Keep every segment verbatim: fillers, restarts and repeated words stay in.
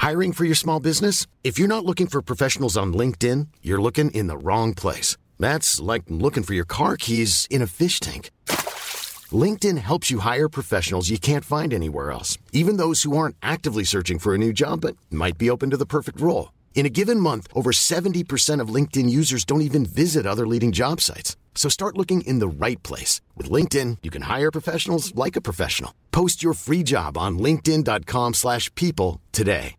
Hiring for your small business? If you're not looking for professionals on LinkedIn, you're looking in the wrong place. That's like looking for your car keys in a fish tank. LinkedIn helps you hire professionals you can't find anywhere else, even those who aren't actively searching for a new job but might be open to the perfect role. In a given month, over seventy percent of LinkedIn users don't even visit other leading job sites. So start looking in the right place. With LinkedIn, you can hire professionals like a professional. Post your free job on linkedin.com slash people today.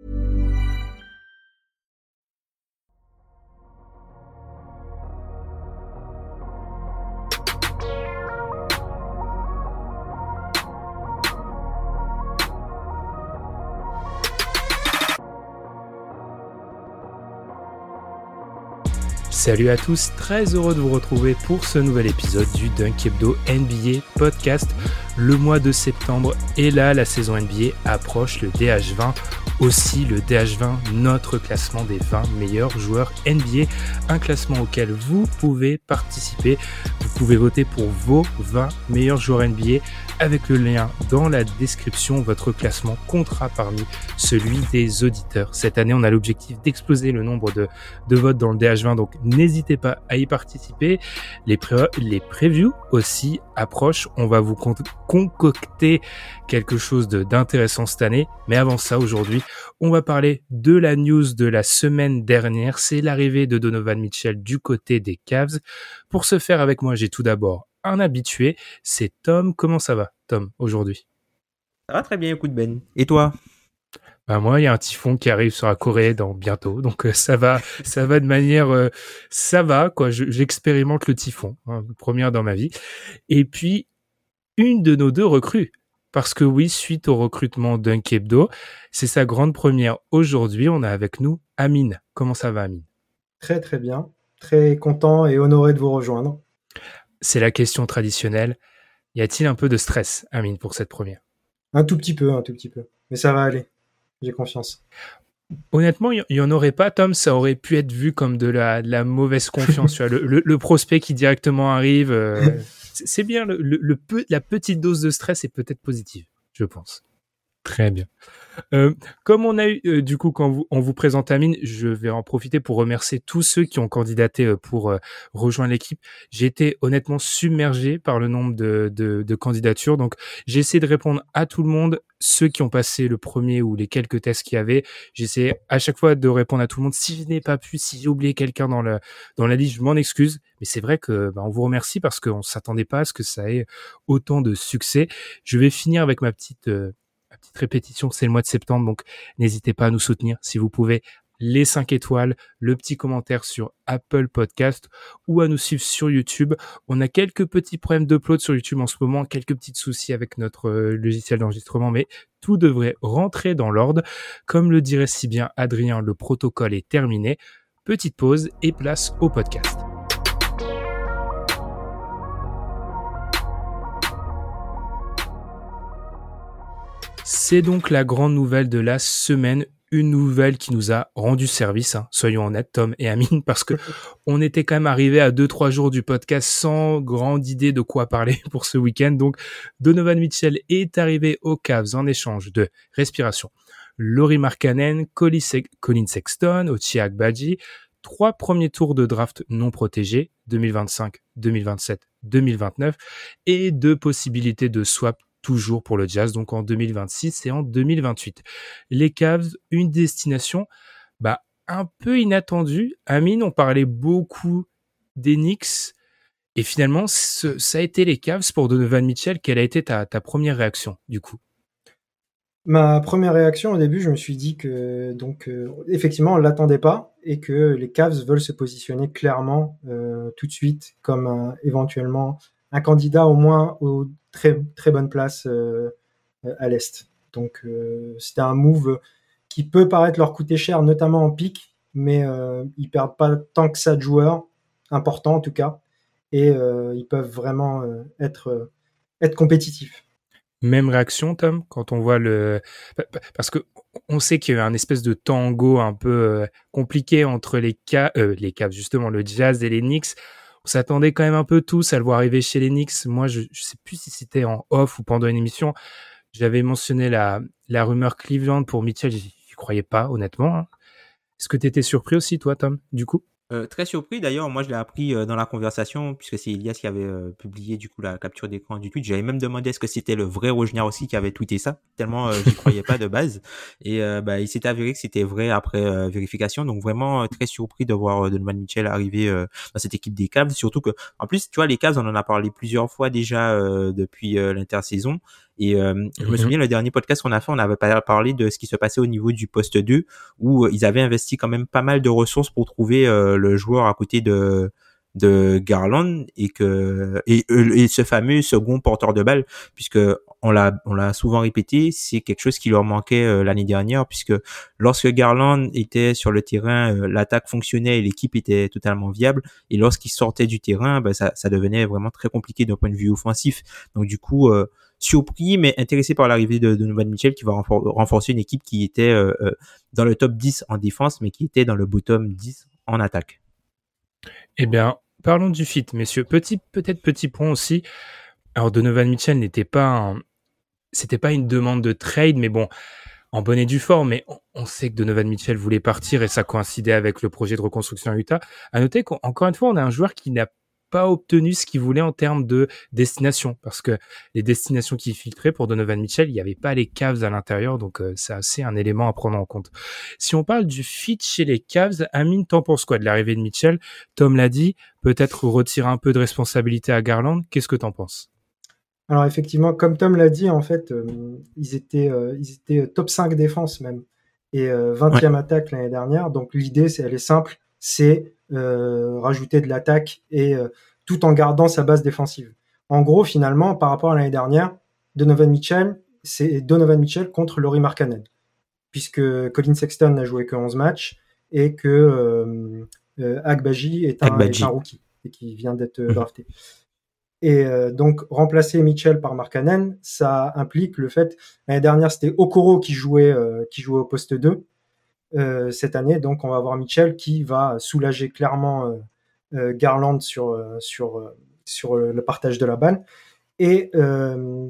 Salut à tous, très heureux de vous retrouver pour ce nouvel épisode du Dunk Hebdo N B A Podcast. Le mois de septembre est là, la saison N B A approche, le D H vingt aussi, le D H vingt, notre classement des vingt meilleurs joueurs N B A, un classement auquel vous pouvez participer. Vous pouvez voter pour vos vingt meilleurs joueurs N B A avec le lien dans la description. Votre classement comptera parmi celui des auditeurs. Cette année, on a l'objectif d'exploser le nombre de, de votes dans le D H vingt, donc n'hésitez pas à y participer. Les, pré- les previews aussi approchent. On va vous con- concocter quelque chose de, d'intéressant cette année. Mais avant ça, aujourd'hui, on va parler de la news de la semaine dernière. C'est l'arrivée de Donovan Mitchell du côté des Cavs. Pour ce faire avec moi, j'ai tout d'abord un habitué, c'est Tom. Comment ça va, Tom, aujourd'hui? Ça va très bien, écoute Ben. Et toi? Bah moi, il y a un typhon qui arrive sur la Corée dans bientôt, donc euh, ça va, ça va de manière, euh, ça va quoi. Je, j'expérimente le typhon, hein, première dans ma vie. Et puis une de nos deux recrues, parce que oui, suite au recrutement Dunk Hebdo, c'est sa grande première aujourd'hui. On a avec nous Amine. Comment ça va, Amine? Très très bien, très content et honoré de vous rejoindre. C'est la question traditionnelle. Y a-t-il un peu de stress, Amine, pour cette première? Un tout petit peu, un tout petit peu, mais ça va aller. J'ai confiance. Honnêtement, il n'y en aurait pas, Tom. Ça aurait pu être vu comme de la, de la mauvaise confiance. Tu vois, le, le, le prospect qui directement arrive, euh, c'est, c'est bien. Le, le, le peu, la petite dose de stress est peut-être positive, je pense. Très bien. Euh, comme on a eu, euh, du coup, quand vous, on vous présente Amine, je vais en profiter pour remercier tous ceux qui ont candidaté euh, pour euh, rejoindre l'équipe. J'ai été honnêtement submergé par le nombre de, de, de candidatures. Donc, j'ai essayé de répondre à tout le monde. Ceux qui ont passé le premier ou les quelques tests qu'il y avait, j'ai essayé à chaque fois de répondre à tout le monde. Si je n'ai pas pu, si j'ai oublié quelqu'un dans, le, dans la liste, je m'en excuse. Mais c'est vrai que bah, on vous remercie parce qu'on ne s'attendait pas à ce que ça ait autant de succès. Je vais finir avec ma petite... Euh, petite répétition, c'est le mois de septembre, donc n'hésitez pas à nous soutenir si vous pouvez. Les cinq étoiles, le petit commentaire sur Apple Podcast ou à nous suivre sur YouTube. On a quelques petits problèmes d'upload sur YouTube en ce moment, quelques petits soucis avec notre euh, logiciel d'enregistrement, mais tout devrait rentrer dans l'ordre. Comme le dirait si bien Adrien, le protocole est terminé. Petite pause et place au podcast. C'est donc la grande nouvelle de la semaine, une nouvelle qui nous a rendu service, hein, soyons honnêtes, Tom et Amine, parce que on était quand même arrivé à deux trois jours du podcast sans grande idée de quoi parler pour ce week-end. Donc, Donovan Mitchell est arrivé aux Cavs en échange de respiration. Lauri Markkanen, Collin Sexton, Ochai Agbaji, trois premiers tours de draft non protégés, deux mille vingt-cinq, deux mille vingt-sept, deux mille vingt-neuf, et deux possibilités de swap toujours pour le Jazz, donc en deux mille vingt-six et en deux mille vingt-huit. Les Cavs, une destination bah, un peu inattendue. Amine, on parlait beaucoup des Knicks, et finalement, ce, ça a été les Cavs pour Donovan Mitchell. Quelle a été ta, ta première réaction, du coup? Ma première réaction, au début, je me suis dit que, donc, euh, effectivement, on ne l'attendait pas, et que les Cavs veulent se positionner clairement euh, tout de suite comme un, éventuellement un candidat au moins aux très, très bonnes places euh, à l'Est. Donc, euh, c'était un move qui peut paraître leur coûter cher, notamment en pick, mais euh, ils perdent pas tant que ça de joueurs, importants en tout cas, et euh, ils peuvent vraiment euh, être, euh, être compétitifs. Même réaction, Tom, quand on voit le... Parce que on sait qu'il y a eu un espèce de tango un peu compliqué entre les, Ca... euh, les Cavs, justement, le Jazz et les Knicks. On s'attendait quand même un peu tous à le voir arriver chez les Knicks. Moi, je ne sais plus si c'était en off ou pendant une émission. J'avais mentionné la, la rumeur Cleveland pour Mitchell. J'ai dit, j'y croyais pas, honnêtement. Hein. Est-ce que tu étais surpris aussi, toi, Tom, du coup? Euh, très surpris d'ailleurs, moi je l'ai appris euh, dans la conversation puisque c'est Elias qui avait euh, publié du coup la capture d'écran du tweet. J'avais même demandé est-ce que c'était le vrai Wojnarowski qui avait tweeté ça, tellement euh, j'y croyais pas de base. Et euh, bah, il s'est avéré que c'était vrai après euh, vérification. Donc vraiment euh, très surpris de voir euh, Donovan Mitchell arriver euh, dans cette équipe des Cavs. Surtout que en plus tu vois les Cavs on en a parlé plusieurs fois déjà euh, depuis euh, l'intersaison. Et euh, mm-hmm. je me souviens le dernier podcast qu'on a fait, on avait parlé de ce qui se passait au niveau du poste deux où euh, ils avaient investi quand même pas mal de ressources pour trouver euh, le joueur à côté de de Garland et que et, et ce fameux second porteur de balle puisque on l'a on l'a souvent répété, c'est quelque chose qui leur manquait euh, l'année dernière puisque lorsque Garland était sur le terrain, euh, l'attaque fonctionnait et l'équipe était totalement viable et lorsqu'il sortait du terrain, ben ça ça devenait vraiment très compliqué d'un point de vue offensif. Donc du coup euh, surpris mais intéressé par l'arrivée de, de Donovan Mitchell qui va renfor- renforcer une équipe qui était euh, euh, dans le top dix en défense mais qui était dans le bottom dix en attaque. Eh bien, parlons du fit, messieurs. Petit, peut-être petit point aussi. Alors, Donovan Mitchell n'était pas un... C'était pas une demande de trade, mais bon, en bonne et due forme. Mais on, on sait que Donovan Mitchell voulait partir et ça coïncidait avec le projet de reconstruction à Utah. À noter qu'encore une fois, on a un joueur qui n'a pas obtenu ce qu'il voulait en termes de destination, parce que les destinations qui filtraient pour Donovan Mitchell, il n'y avait pas les Cavs à l'intérieur, donc euh, c'est assez un élément à prendre en compte. Si on parle du fit chez les Cavs, Amine, t'en penses quoi de l'arrivée de Mitchell? Tom l'a dit, peut-être retirer un peu de responsabilité à Garland. Qu'est-ce que t'en penses? Alors effectivement, comme Tom l'a dit, en fait, euh, ils étaient, euh, ils étaient top cinq défense même, et euh, vingtième ouais. attaque l'année dernière. Donc l'idée, c'est, elle est simple, c'est euh, rajouter de l'attaque et euh, tout en gardant sa base défensive. En gros, finalement, par rapport à l'année dernière, Donovan Mitchell, c'est Donovan Mitchell contre Lauri Markkanen, puisque Colin Sexton n'a joué que onze matchs et que euh, euh, Agbaji est un, est un rookie et qui vient d'être mmh. drafté. Et euh, donc, remplacer Mitchell par Markkanen, ça implique le fait... L'année dernière, c'était Okoro qui jouait, euh, qui jouait au poste deux. Euh, cette année, donc, on va avoir Mitchell qui va soulager clairement euh, euh, Garland sur, euh, sur, euh, sur le partage de la balle. Et euh,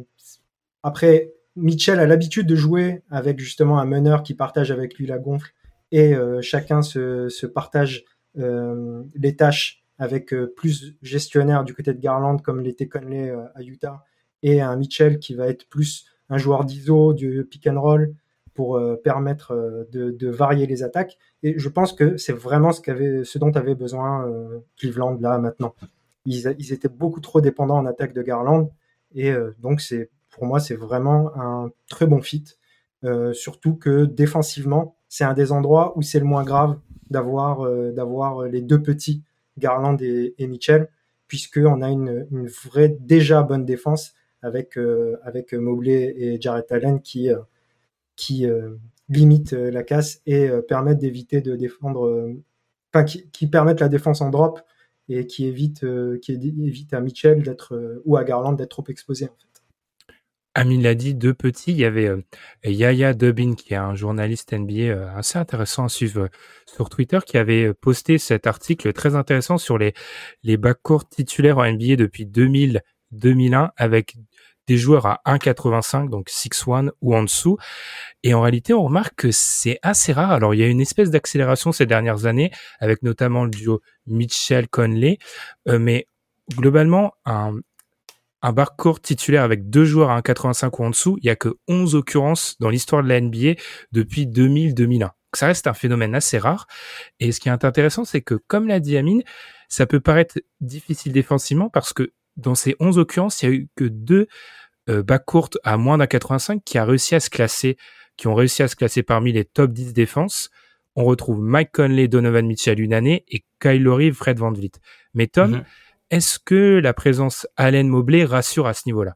après, Mitchell a l'habitude de jouer avec justement un meneur qui partage avec lui la gonfle. Et euh, chacun se, se partage euh, les tâches avec euh, plus gestionnaire du côté de Garland comme l'était Conley euh, à Utah et un Mitchell qui va être plus un joueur d'I S O, du pick and roll pour euh, permettre euh, de, de varier les attaques. Et je pense que c'est vraiment ce, qu'avait, ce dont avait besoin euh, Cleveland là maintenant. Ils, ils étaient beaucoup trop dépendants en attaque de Garland et euh, donc c'est, pour moi c'est vraiment un très bon fit. Euh, surtout que défensivement, c'est un des endroits où c'est le moins grave d'avoir, euh, d'avoir les deux petits Garland et, et Mitchell, puisqu'on a une, une vraie, déjà bonne défense avec, euh, avec Mobley et Jarrett Allen qui, euh, qui euh, limitent la casse et euh, permettent d'éviter de défendre, euh, enfin, qui, qui permettent la défense en drop et qui évitent, euh, qui évite à Mitchell d'être, euh, ou à Garland d'être trop exposé, en fait. Amine l'a dit, deux petits. Il y avait euh, Yaya Dubin, qui est un journaliste N B A euh, assez intéressant à suivre euh, sur Twitter, qui avait posté cet article très intéressant sur les, les backcourts titulaires en N B A depuis deux mille deux mille un avec des joueurs à un virgule quatre-vingt-cinq, donc six un ou en dessous. Et en réalité, on remarque que c'est assez rare. Alors, il y a une espèce d'accélération ces dernières années, avec notamment le duo Mitchell-Conley, euh, mais globalement, un Un backcourt titulaire avec deux joueurs à un virgule quatre-vingt-cinq ou en dessous, il y a que onze occurrences dans l'histoire de la N B A depuis deux mille deux mille un. Ça reste un phénomène assez rare. Et ce qui est intéressant, c'est que, comme l'a dit Amine, ça peut paraître difficile défensivement parce que dans ces onze occurrences, il y a eu que deux euh, backcourts à moins d'un quatre-vingt-cinq qui a réussi à se classer, qui ont réussi à se classer parmi les top dix défenses. On retrouve Mike Conley, Donovan Mitchell une année et Kyle Lowry, Fred VanVleet. Mais Tom, mm-hmm. Est-ce que la présence Allen Mobley rassure à ce niveau-là?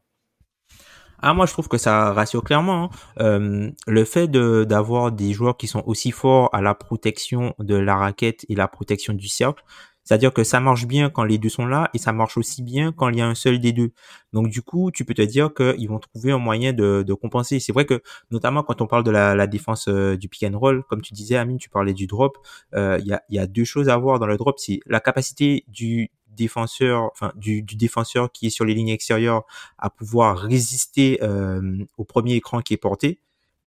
Ah, moi, je trouve que ça rassure clairement. Hein. Euh, le fait de, d'avoir des joueurs qui sont aussi forts à la protection de la raquette et la protection du cercle, c'est-à-dire que ça marche bien quand les deux sont là et ça marche aussi bien quand il y a un seul des deux. Donc, du coup, tu peux te dire qu'ils vont trouver un moyen de, de compenser. C'est vrai que, notamment quand on parle de la, la défense euh, du pick and roll, comme tu disais, Amine, tu parlais du drop, euh, il y a, il y a deux choses à voir dans le drop. C'est la capacité du défenseur, enfin du, du défenseur qui est sur les lignes extérieures à pouvoir résister euh, au premier écran qui est porté.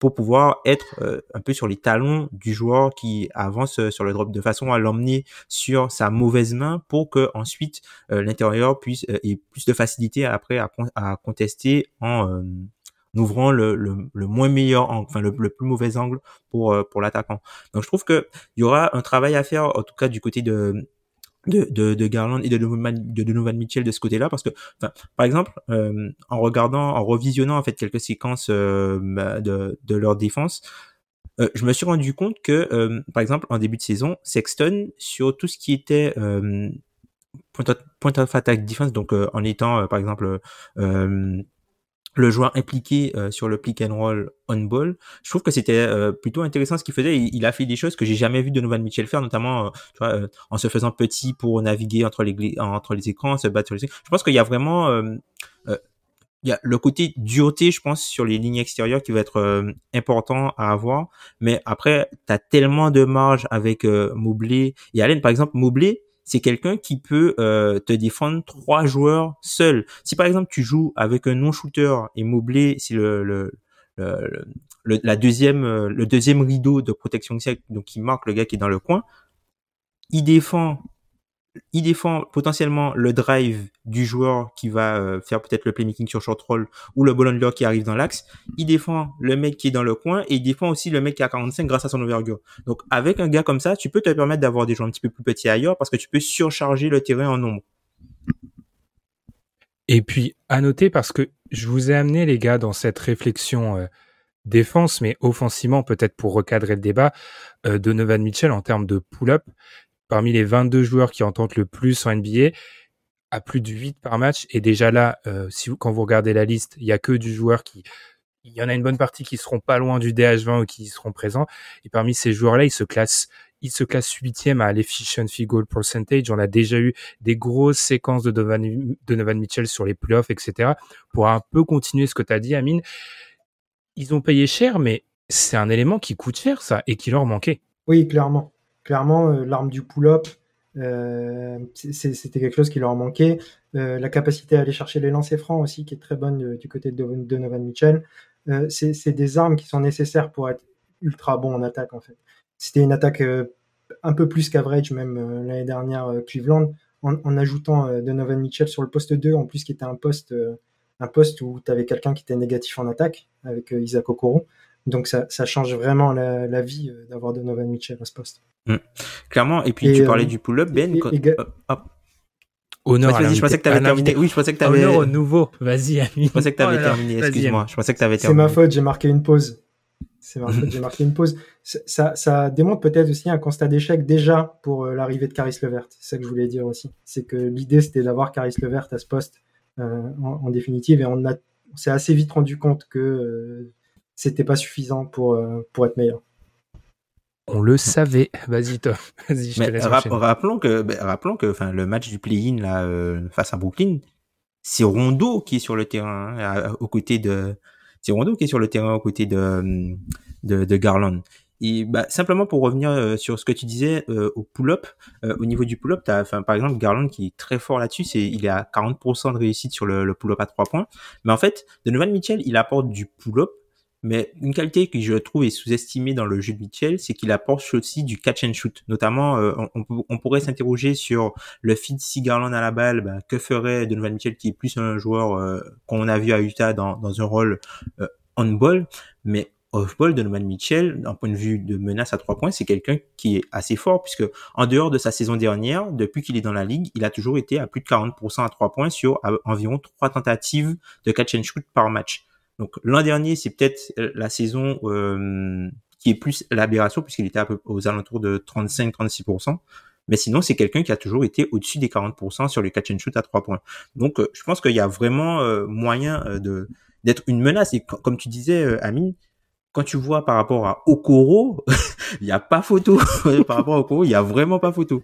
pour pouvoir être euh, un peu sur les talons du joueur qui avance euh, sur le drop, de façon à l'emmener sur sa mauvaise main pour que ensuite euh, l'intérieur puisse euh, ait plus de facilité après à, con- à contester en euh, en ouvrant le, le, le moins meilleur angle, enfin le, le plus mauvais angle pour euh, pour l'attaquant. Donc je trouve que il y aura un travail à faire, en tout cas du côté de de de, de Garland et de Donovan, de Donovan Mitchell de ce côté-là, parce que enfin, par exemple euh, en regardant, en revisionnant en fait quelques séquences euh, de de leur défense, euh, je me suis rendu compte que euh, par exemple en début de saison, Sexton sur tout ce qui était euh, point of, point of attack defense, donc euh, en étant euh, par exemple euh, le joueur impliqué euh, sur le pick and roll on ball, je trouve que c'était euh, plutôt intéressant ce qu'il faisait. Il, il a fait des choses que j'ai jamais vu Donovan Mitchell faire, notamment euh, tu vois, euh, en se faisant petit pour naviguer entre les entre les écrans, se battre sur les écrans. Je pense qu'il y a vraiment euh, euh, il y a le côté dureté, je pense, sur les lignes extérieures qui va être euh, important à avoir. Mais après, t'as tellement de marge avec euh, Mobley et Allen. Par exemple, Mobley, c'est quelqu'un qui peut euh, te défendre trois joueurs seuls. Si par exemple tu joues avec un non-shooter et Mobley, c'est le, le, le, le la deuxième euh, le deuxième rideau de protection donc qui marque le gars qui est dans le coin, il défend il défend potentiellement le drive du joueur qui va euh, faire peut-être le playmaking sur short roll ou le ball handler qui arrive dans l'axe. Il défend le mec qui est dans le coin et il défend aussi le mec qui est à quarante-cinq grâce à son envergure. Donc avec un gars comme ça, tu peux te permettre d'avoir des joueurs un petit peu plus petits ailleurs parce que tu peux surcharger le terrain en nombre. Et puis à noter, parce que je vous ai amené les gars dans cette réflexion euh, défense, mais offensivement peut-être pour recadrer le débat, euh, Donovan Mitchell en termes de pull-up, parmi les vingt-deux joueurs qui en tentent le plus en N B A, à plus de huit par match. Et déjà là, euh, si vous, quand vous regardez la liste, il y a que du joueur qui, il y en a une bonne partie qui seront pas loin du D H vingt ou qui seront présents. Et parmi ces joueurs-là, ils se classent, ils se classent huitième à l'efficient field goal percentage. On a déjà eu des grosses séquences de Donovan, Donovan Mitchell sur les playoffs, et cetera. Pour un peu continuer ce que tu as dit, Amine, ils ont payé cher, mais c'est un élément qui coûte cher, ça, et qui leur manquait. Oui, clairement. Clairement, euh, l'arme du pull-up, euh, c'est, c'était quelque chose qui leur manquait. Euh, la capacité à aller chercher les lancers francs aussi, qui est très bonne euh, du côté de Donovan Mitchell. Euh, c'est, c'est des armes qui sont nécessaires pour être ultra bon en attaque, en fait. C'était une attaque euh, un peu plus qu'average, même euh, l'année dernière, euh, Cleveland, en, en ajoutant euh, Donovan Mitchell sur le poste deux, en plus qui était un poste, euh, un poste où tu avais quelqu'un qui était négatif en attaque, avec euh, Isaac Okoro. Donc ça, ça change vraiment la, la vie euh, d'avoir Donovan Mitchell à ce poste. Mmh. Clairement, et puis et tu euh, parlais du pull-up, Ben. Et, quand... et, et, hop, hop. Honneur vas-y, vas-y, je pensais que tu avais terminé. Oui, je pensais que tu avais. Honneur au nouveau. Vas-y, Ami. Je pensais que tu avais oh terminé. Excuse-moi. Je pensais que tu avais terminé. C'est ma faute. J'ai marqué une pause. C'est ma faute. J'ai marqué une pause. Ça, ça démontre peut-être aussi un constat d'échec déjà pour euh, l'arrivée de Caris LeVert. C'est ça que je voulais dire aussi. C'est que l'idée c'était d'avoir Caris LeVert à ce poste euh, en, en définitive, et on a, on s'est assez vite rendu compte que euh, c'était pas suffisant pour euh, pour être meilleur. On le savait. Vas-y, Tom. Vas-y, je Mais te laisse rap- rappelons que, ben, rappelons que, enfin, le match du play-in là euh, face à Brooklyn, c'est Rondo qui est sur le terrain, hein, à, aux côtés de, c'est Rondo qui est sur le terrain aux côtés de de, de Garland. Et bah, simplement pour revenir euh, sur ce que tu disais euh, au pull-up, euh, au niveau du pull-up, t'as, enfin, par exemple, Garland qui est très fort là-dessus, c'est, il est à quarante pour cent de réussite sur le, le pull-up à trois points. Mais en fait, Donovan Mitchell, il apporte du pull-up. Mais une qualité que je trouve est sous-estimée dans le jeu de Mitchell, c'est qu'il apporte aussi du catch and shoot. Notamment, euh, on, on pourrait s'interroger sur le fit si Garland à la balle, ben, que ferait Donovan Mitchell, qui est plus un joueur euh, qu'on a vu à Utah dans, dans un rôle euh, on-ball. Mais off-ball, Donovan Mitchell, d'un point de vue de menace à trois points, c'est quelqu'un qui est assez fort, puisque en dehors de sa saison dernière, depuis qu'il est dans la ligue, il a toujours été à plus de quarante pour cent à trois points sur à, environ trois tentatives de catch and shoot par match. Donc l'an dernier, c'est peut-être la saison euh, qui est plus l'aberration, puisqu'il était à peu, aux alentours de trente-cinq à trente-six pour cent. Mais sinon, c'est quelqu'un qui a toujours été au-dessus des quarante pour cent sur le catch and shoot à trois points. Donc euh, je pense qu'il y a vraiment euh, moyen euh, de d'être une menace. Et comme tu disais, euh, Amine, quand tu vois par rapport à Okoro, il n'y a pas photo. Par rapport à Okoro, il n'y a vraiment pas photo.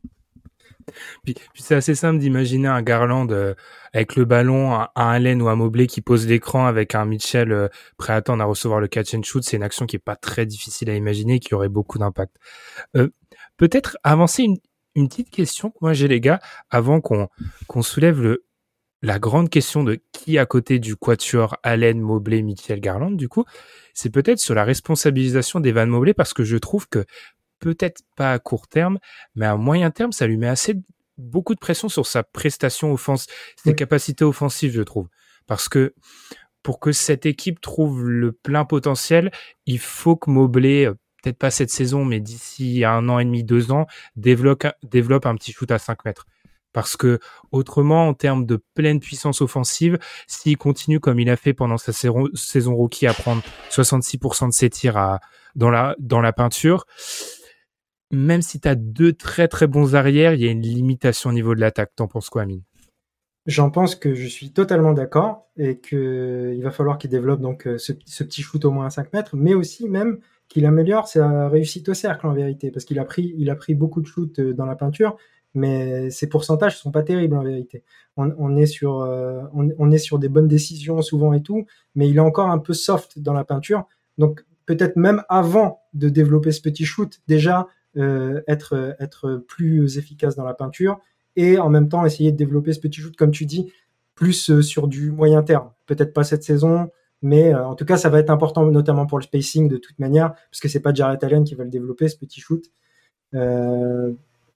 Puis, puis c'est assez simple d'imaginer un Garland euh, avec le ballon, un, un Allen ou un Mobley qui pose l'écran avec un Mitchell euh, prêt à attendre à recevoir le catch and shoot. C'est une action qui est pas très difficile à imaginer et qui aurait beaucoup d'impact. Euh, peut-être avancer une, une petite question que moi j'ai, les gars, avant qu'on, qu'on soulève le, la grande question de qui à côté du quatuor Allen, Mobley, Mitchell, Garland, du coup. c'est peut-être sur la responsabilisation d'Evan Mobley, parce que je trouve que peut-être pas à court terme, mais à moyen terme, ça lui met assez beaucoup de pression sur sa prestation offensive, ses oui. capacités offensives, je trouve. Parce que pour que cette équipe trouve le plein potentiel, il faut que Mobley, peut-être pas cette saison, mais d'ici un an et demi, deux ans, développe, développe un petit shoot à cinq mètres. Parce que autrement, en termes de pleine puissance offensive, s'il continue comme il a fait pendant sa saison rookie à prendre soixante-six pour cent de ses tirs à, dans la, dans la peinture, même si tu as deux très très bons arrières, il y a une limitation au niveau de l'attaque. T'en penses quoi, Amine ? J'en pense que je suis totalement d'accord et qu'il va falloir qu'il développe donc ce, ce petit shoot au moins à cinq mètres, mais aussi même qu'il améliore sa réussite au cercle en vérité, parce qu'il a pris, il a pris beaucoup de shoots dans la peinture, mais ses pourcentages sont pas terribles en vérité. On, on est sur, euh, on, on est sur des bonnes décisions souvent et tout, mais il est encore un peu soft dans la peinture. Donc peut-être même avant de développer ce petit shoot, déjà euh, être être plus efficace dans la peinture et en même temps essayer de développer ce petit shoot comme tu dis, plus euh, sur du moyen terme. Peut-être pas cette saison, mais euh, en tout cas ça va être important notamment pour le spacing de toute manière, parce que c'est pas Jarrett Allen qui va le développer ce petit shoot. Euh,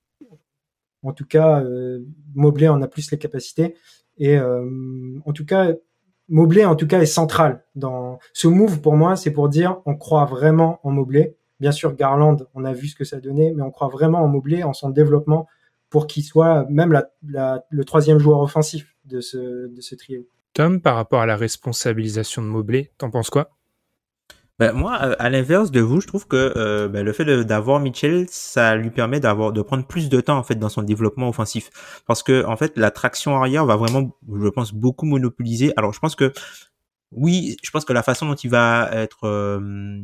En tout cas, euh, Mobley en a plus les capacités. Et euh, en tout cas, Mobley en tout cas est central dans ce move. Pour moi, c'est pour dire on croit vraiment en Mobley. Bien sûr, Garland, on a vu ce que ça donnait, mais on croit vraiment en Mobley, en son développement, pour qu'il soit même la, la, le troisième joueur offensif de ce, de ce trio. Tom, par rapport à la responsabilisation de Mobley, t'en penses quoi ? Ben moi, à l'inverse de vous, je trouve que euh, ben, le fait de, d'avoir Mitchell, ça lui permet d'avoir de prendre plus de temps en fait dans son développement offensif, parce que en fait la traction arrière va vraiment, je pense, beaucoup monopoliser. Alors je pense que oui, je pense que la façon dont il va être, euh,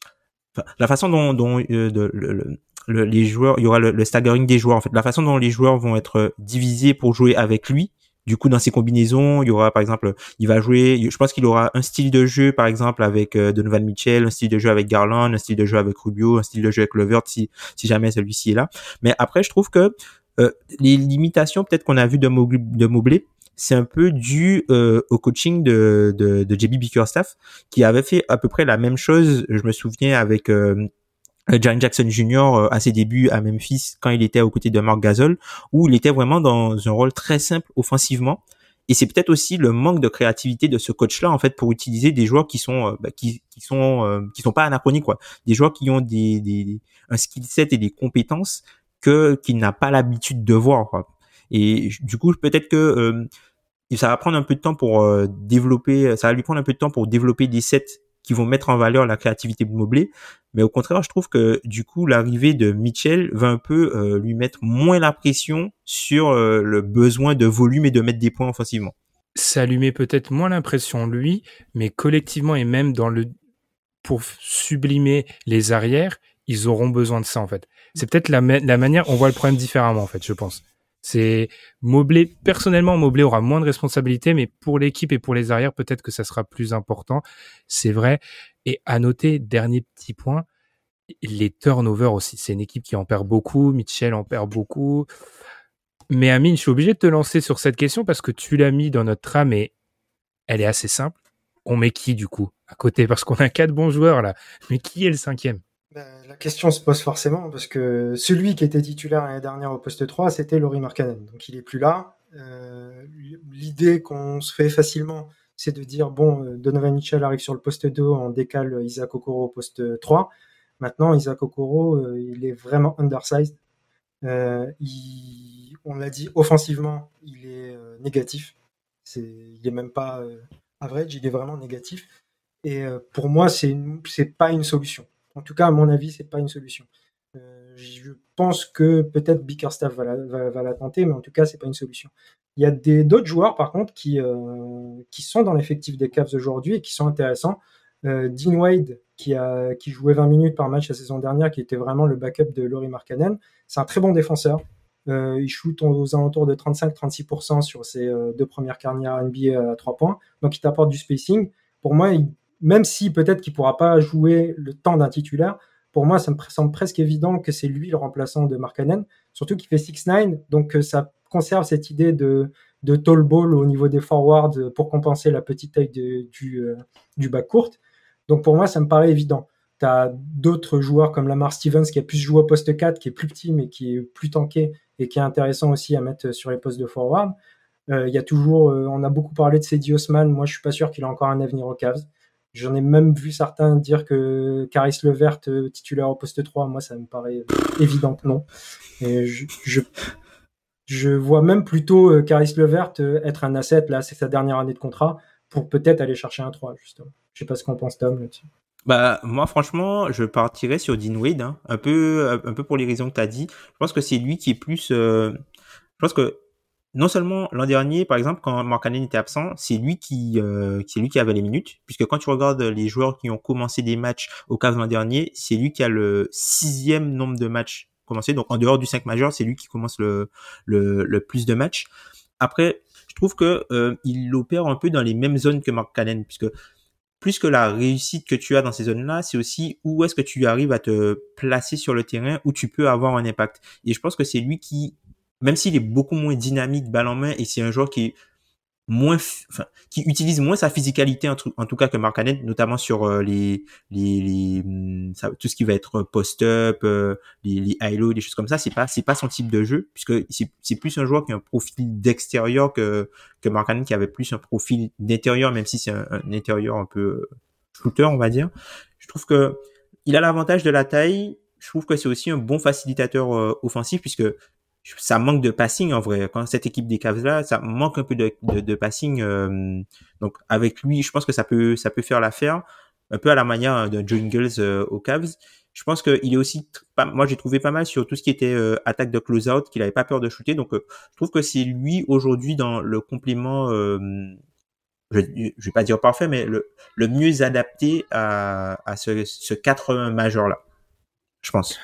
la façon dont, dont euh, de, le, le, le, les joueurs, il y aura le, le staggering des joueurs en fait, la façon dont les joueurs vont être divisés pour jouer avec lui. Du coup, dans ses combinaisons, il y aura, par exemple, il va jouer, je pense qu'il aura un style de jeu, par exemple, avec euh, Donovan Mitchell, un style de jeu avec Garland, un style de jeu avec Rubio, un style de jeu avec Levert, si, si jamais celui-ci est là. Mais après, je trouve que euh, les limitations, peut-être qu'on a vu de, Mo- de Mobley, c'est un peu dû euh, au coaching de, de, de J B Bickerstaff, qui avait fait à peu près la même chose, je me souviens, avec... Euh, Jaren Jackson Junior à ses débuts à Memphis quand il était aux côtés de Marc Gasol, où il était vraiment dans un rôle très simple offensivement. Et c'est peut-être aussi le manque de créativité de ce coach-là en fait pour utiliser des joueurs qui sont bah, qui qui sont euh, qui sont pas anachroniques quoi, des joueurs qui ont des des un skill set et des compétences que qu'il n'a pas l'habitude de voir quoi. Et du coup peut-être que euh, ça va prendre un peu de temps pour euh, développer, ça va lui prendre un peu de temps pour développer des sets qui vont mettre en valeur la créativité de Mobley, mais au contraire, je trouve que du coup, l'arrivée de Mitchell va un peu euh, lui mettre moins la pression sur euh, le besoin de volume et de mettre des points offensivement. Ça lui met peut-être moins l'impression lui, mais collectivement et même dans le pour sublimer les arrières, ils auront besoin de ça en fait. C'est peut-être la, ma- la manière, on voit le problème différemment en fait, je pense. C'est Mobley, personnellement, Mobley aura moins de responsabilités, mais pour l'équipe et pour les arrières, peut-être que ça sera plus important. C'est vrai. Et à noter, dernier petit point, les turnovers aussi. C'est une équipe qui en perd beaucoup. Mitchell en perd beaucoup. Mais Amine, je suis obligé de te lancer sur cette question parce que tu l'as mis dans notre trame et elle est assez simple. On met qui du coup à côté? Parce qu'on a quatre bons joueurs là. Mais qui est le cinquième? La question se pose forcément parce que celui qui était titulaire l'année dernière au poste trois, c'était Lauri Markkanen. Donc il est plus là. Euh, l'idée qu'on se fait facilement, c'est de dire bon, Donovan Mitchell arrive sur le poste deux, on décale Isaac Okoro au poste trois. Maintenant, Isaac Okoro, euh, il est vraiment undersized. Euh, il, on l'a dit, offensivement, il est euh, négatif. C'est, il est même pas euh, average, il est vraiment négatif. Et euh, pour moi, c'est, une, c'est pas une solution. En tout cas, à mon avis, c'est pas une solution. Euh, je pense que peut-être Bickerstaff va la, va, va la tenter, mais en tout cas, c'est pas une solution. Il y a des, d'autres joueurs, par contre, qui, euh, qui sont dans l'effectif des Cavs aujourd'hui et qui sont intéressants. Euh, Dean Wade, qui, a, qui jouait vingt minutes par match la saison dernière, qui était vraiment le backup de Lauri Markkanen. C'est un très bon défenseur. Euh, il shoot aux alentours de trente-cinq à trente-six pour cent sur ses euh, deux premières carrières N B A à trois points. Donc, il t'apporte du spacing. Pour moi, il même si peut-être qu'il ne pourra pas jouer le temps d'un titulaire, pour moi, ça me semble presque évident que c'est lui le remplaçant de Markkanen, surtout qu'il fait six neuf, donc ça conserve cette idée de, de tall ball au niveau des forwards pour compenser la petite taille de, du, euh, du backcourt. Donc pour moi, ça me paraît évident. Tu as d'autres joueurs comme Lamar Stevens qui a plus joué au poste quatre, qui est plus petit mais qui est plus tanké et qui est intéressant aussi à mettre sur les postes de forward. Il euh, y a toujours, euh, on a beaucoup parlé de Cedi Osman. Moi, je suis pas sûr qu'il a encore un avenir aux Cavs. J'en ai même vu certains dire que Caris LeVert euh, titulaire au poste trois. Moi, ça me paraît évident que non. Et je, je, je vois même plutôt euh, Caris LeVert euh, être un asset. Là, c'est sa dernière année de contrat pour peut-être aller chercher un trois, justement. Je sais pas ce qu'en pense Tom là-dessus. Bah moi franchement, je partirais sur Dean Wade, hein, un peu un peu pour les raisons que tu as dit. Je pense que c'est lui qui est plus euh, je pense que non seulement l'an dernier par exemple quand Markkanen était absent, c'est lui qui euh, c'est lui qui avait les minutes, puisque quand tu regardes les joueurs qui ont commencé des matchs au Cavs l'an dernier, c'est lui qui a le sixième nombre de matchs commencés. Donc en dehors du cinq majeur, c'est lui qui commence le le le plus de matchs. Après, je trouve que euh, il opère un peu dans les mêmes zones que Markkanen, puisque plus que la réussite que tu as dans ces zones-là, c'est aussi où est-ce que tu arrives à te placer sur le terrain où tu peux avoir un impact. Et je pense que c'est lui qui, même s'il est beaucoup moins dynamique, balle en main, et c'est un joueur qui est moins, enfin, qui utilise moins sa physicalité en, tout, en tout cas que Markkanen, notamment sur euh, les, les, les ça, tout ce qui va être post-up, euh, les, les high-low, des choses comme ça. C'est pas, c'est pas son type de jeu, puisque c'est, c'est plus un joueur qui a un profil d'extérieur que que Markkanen, qui avait plus un profil d'intérieur, même si c'est un, un intérieur un peu shooter, on va dire. Je trouve que il a l'avantage de la taille. Je trouve que c'est aussi un bon facilitateur euh, offensif, puisque ça manque de passing en vrai. Quand cette équipe des Cavs là, ça manque un peu de, de, de passing. Euh, donc avec lui, je pense que ça peut ça peut faire l'affaire, un peu à la manière de Joe Ingles euh, aux Cavs. Je pense qu'il est aussi, pas, moi j'ai trouvé pas mal sur tout ce qui était euh, attaque de close-out, qu'il avait pas peur de shooter. Donc euh, je trouve que c'est lui aujourd'hui dans le complément, euh, je, je vais pas dire parfait, mais le, le mieux adapté à, à ce, ce quatre majeur là, je pense.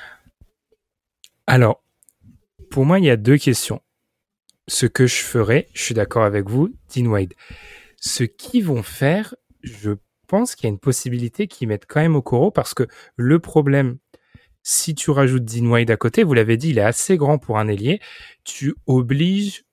Alors, pour moi, il y a deux questions. Ce que je ferais, je suis d'accord avec vous, Dean Wade. Ce qu'ils vont faire, je pense qu'il y a une possibilité qu'ils mettent quand même Okoro, parce que le problème, si tu rajoutes Dean Wade à côté, vous l'avez dit, il est assez grand pour un ailier, tu obliges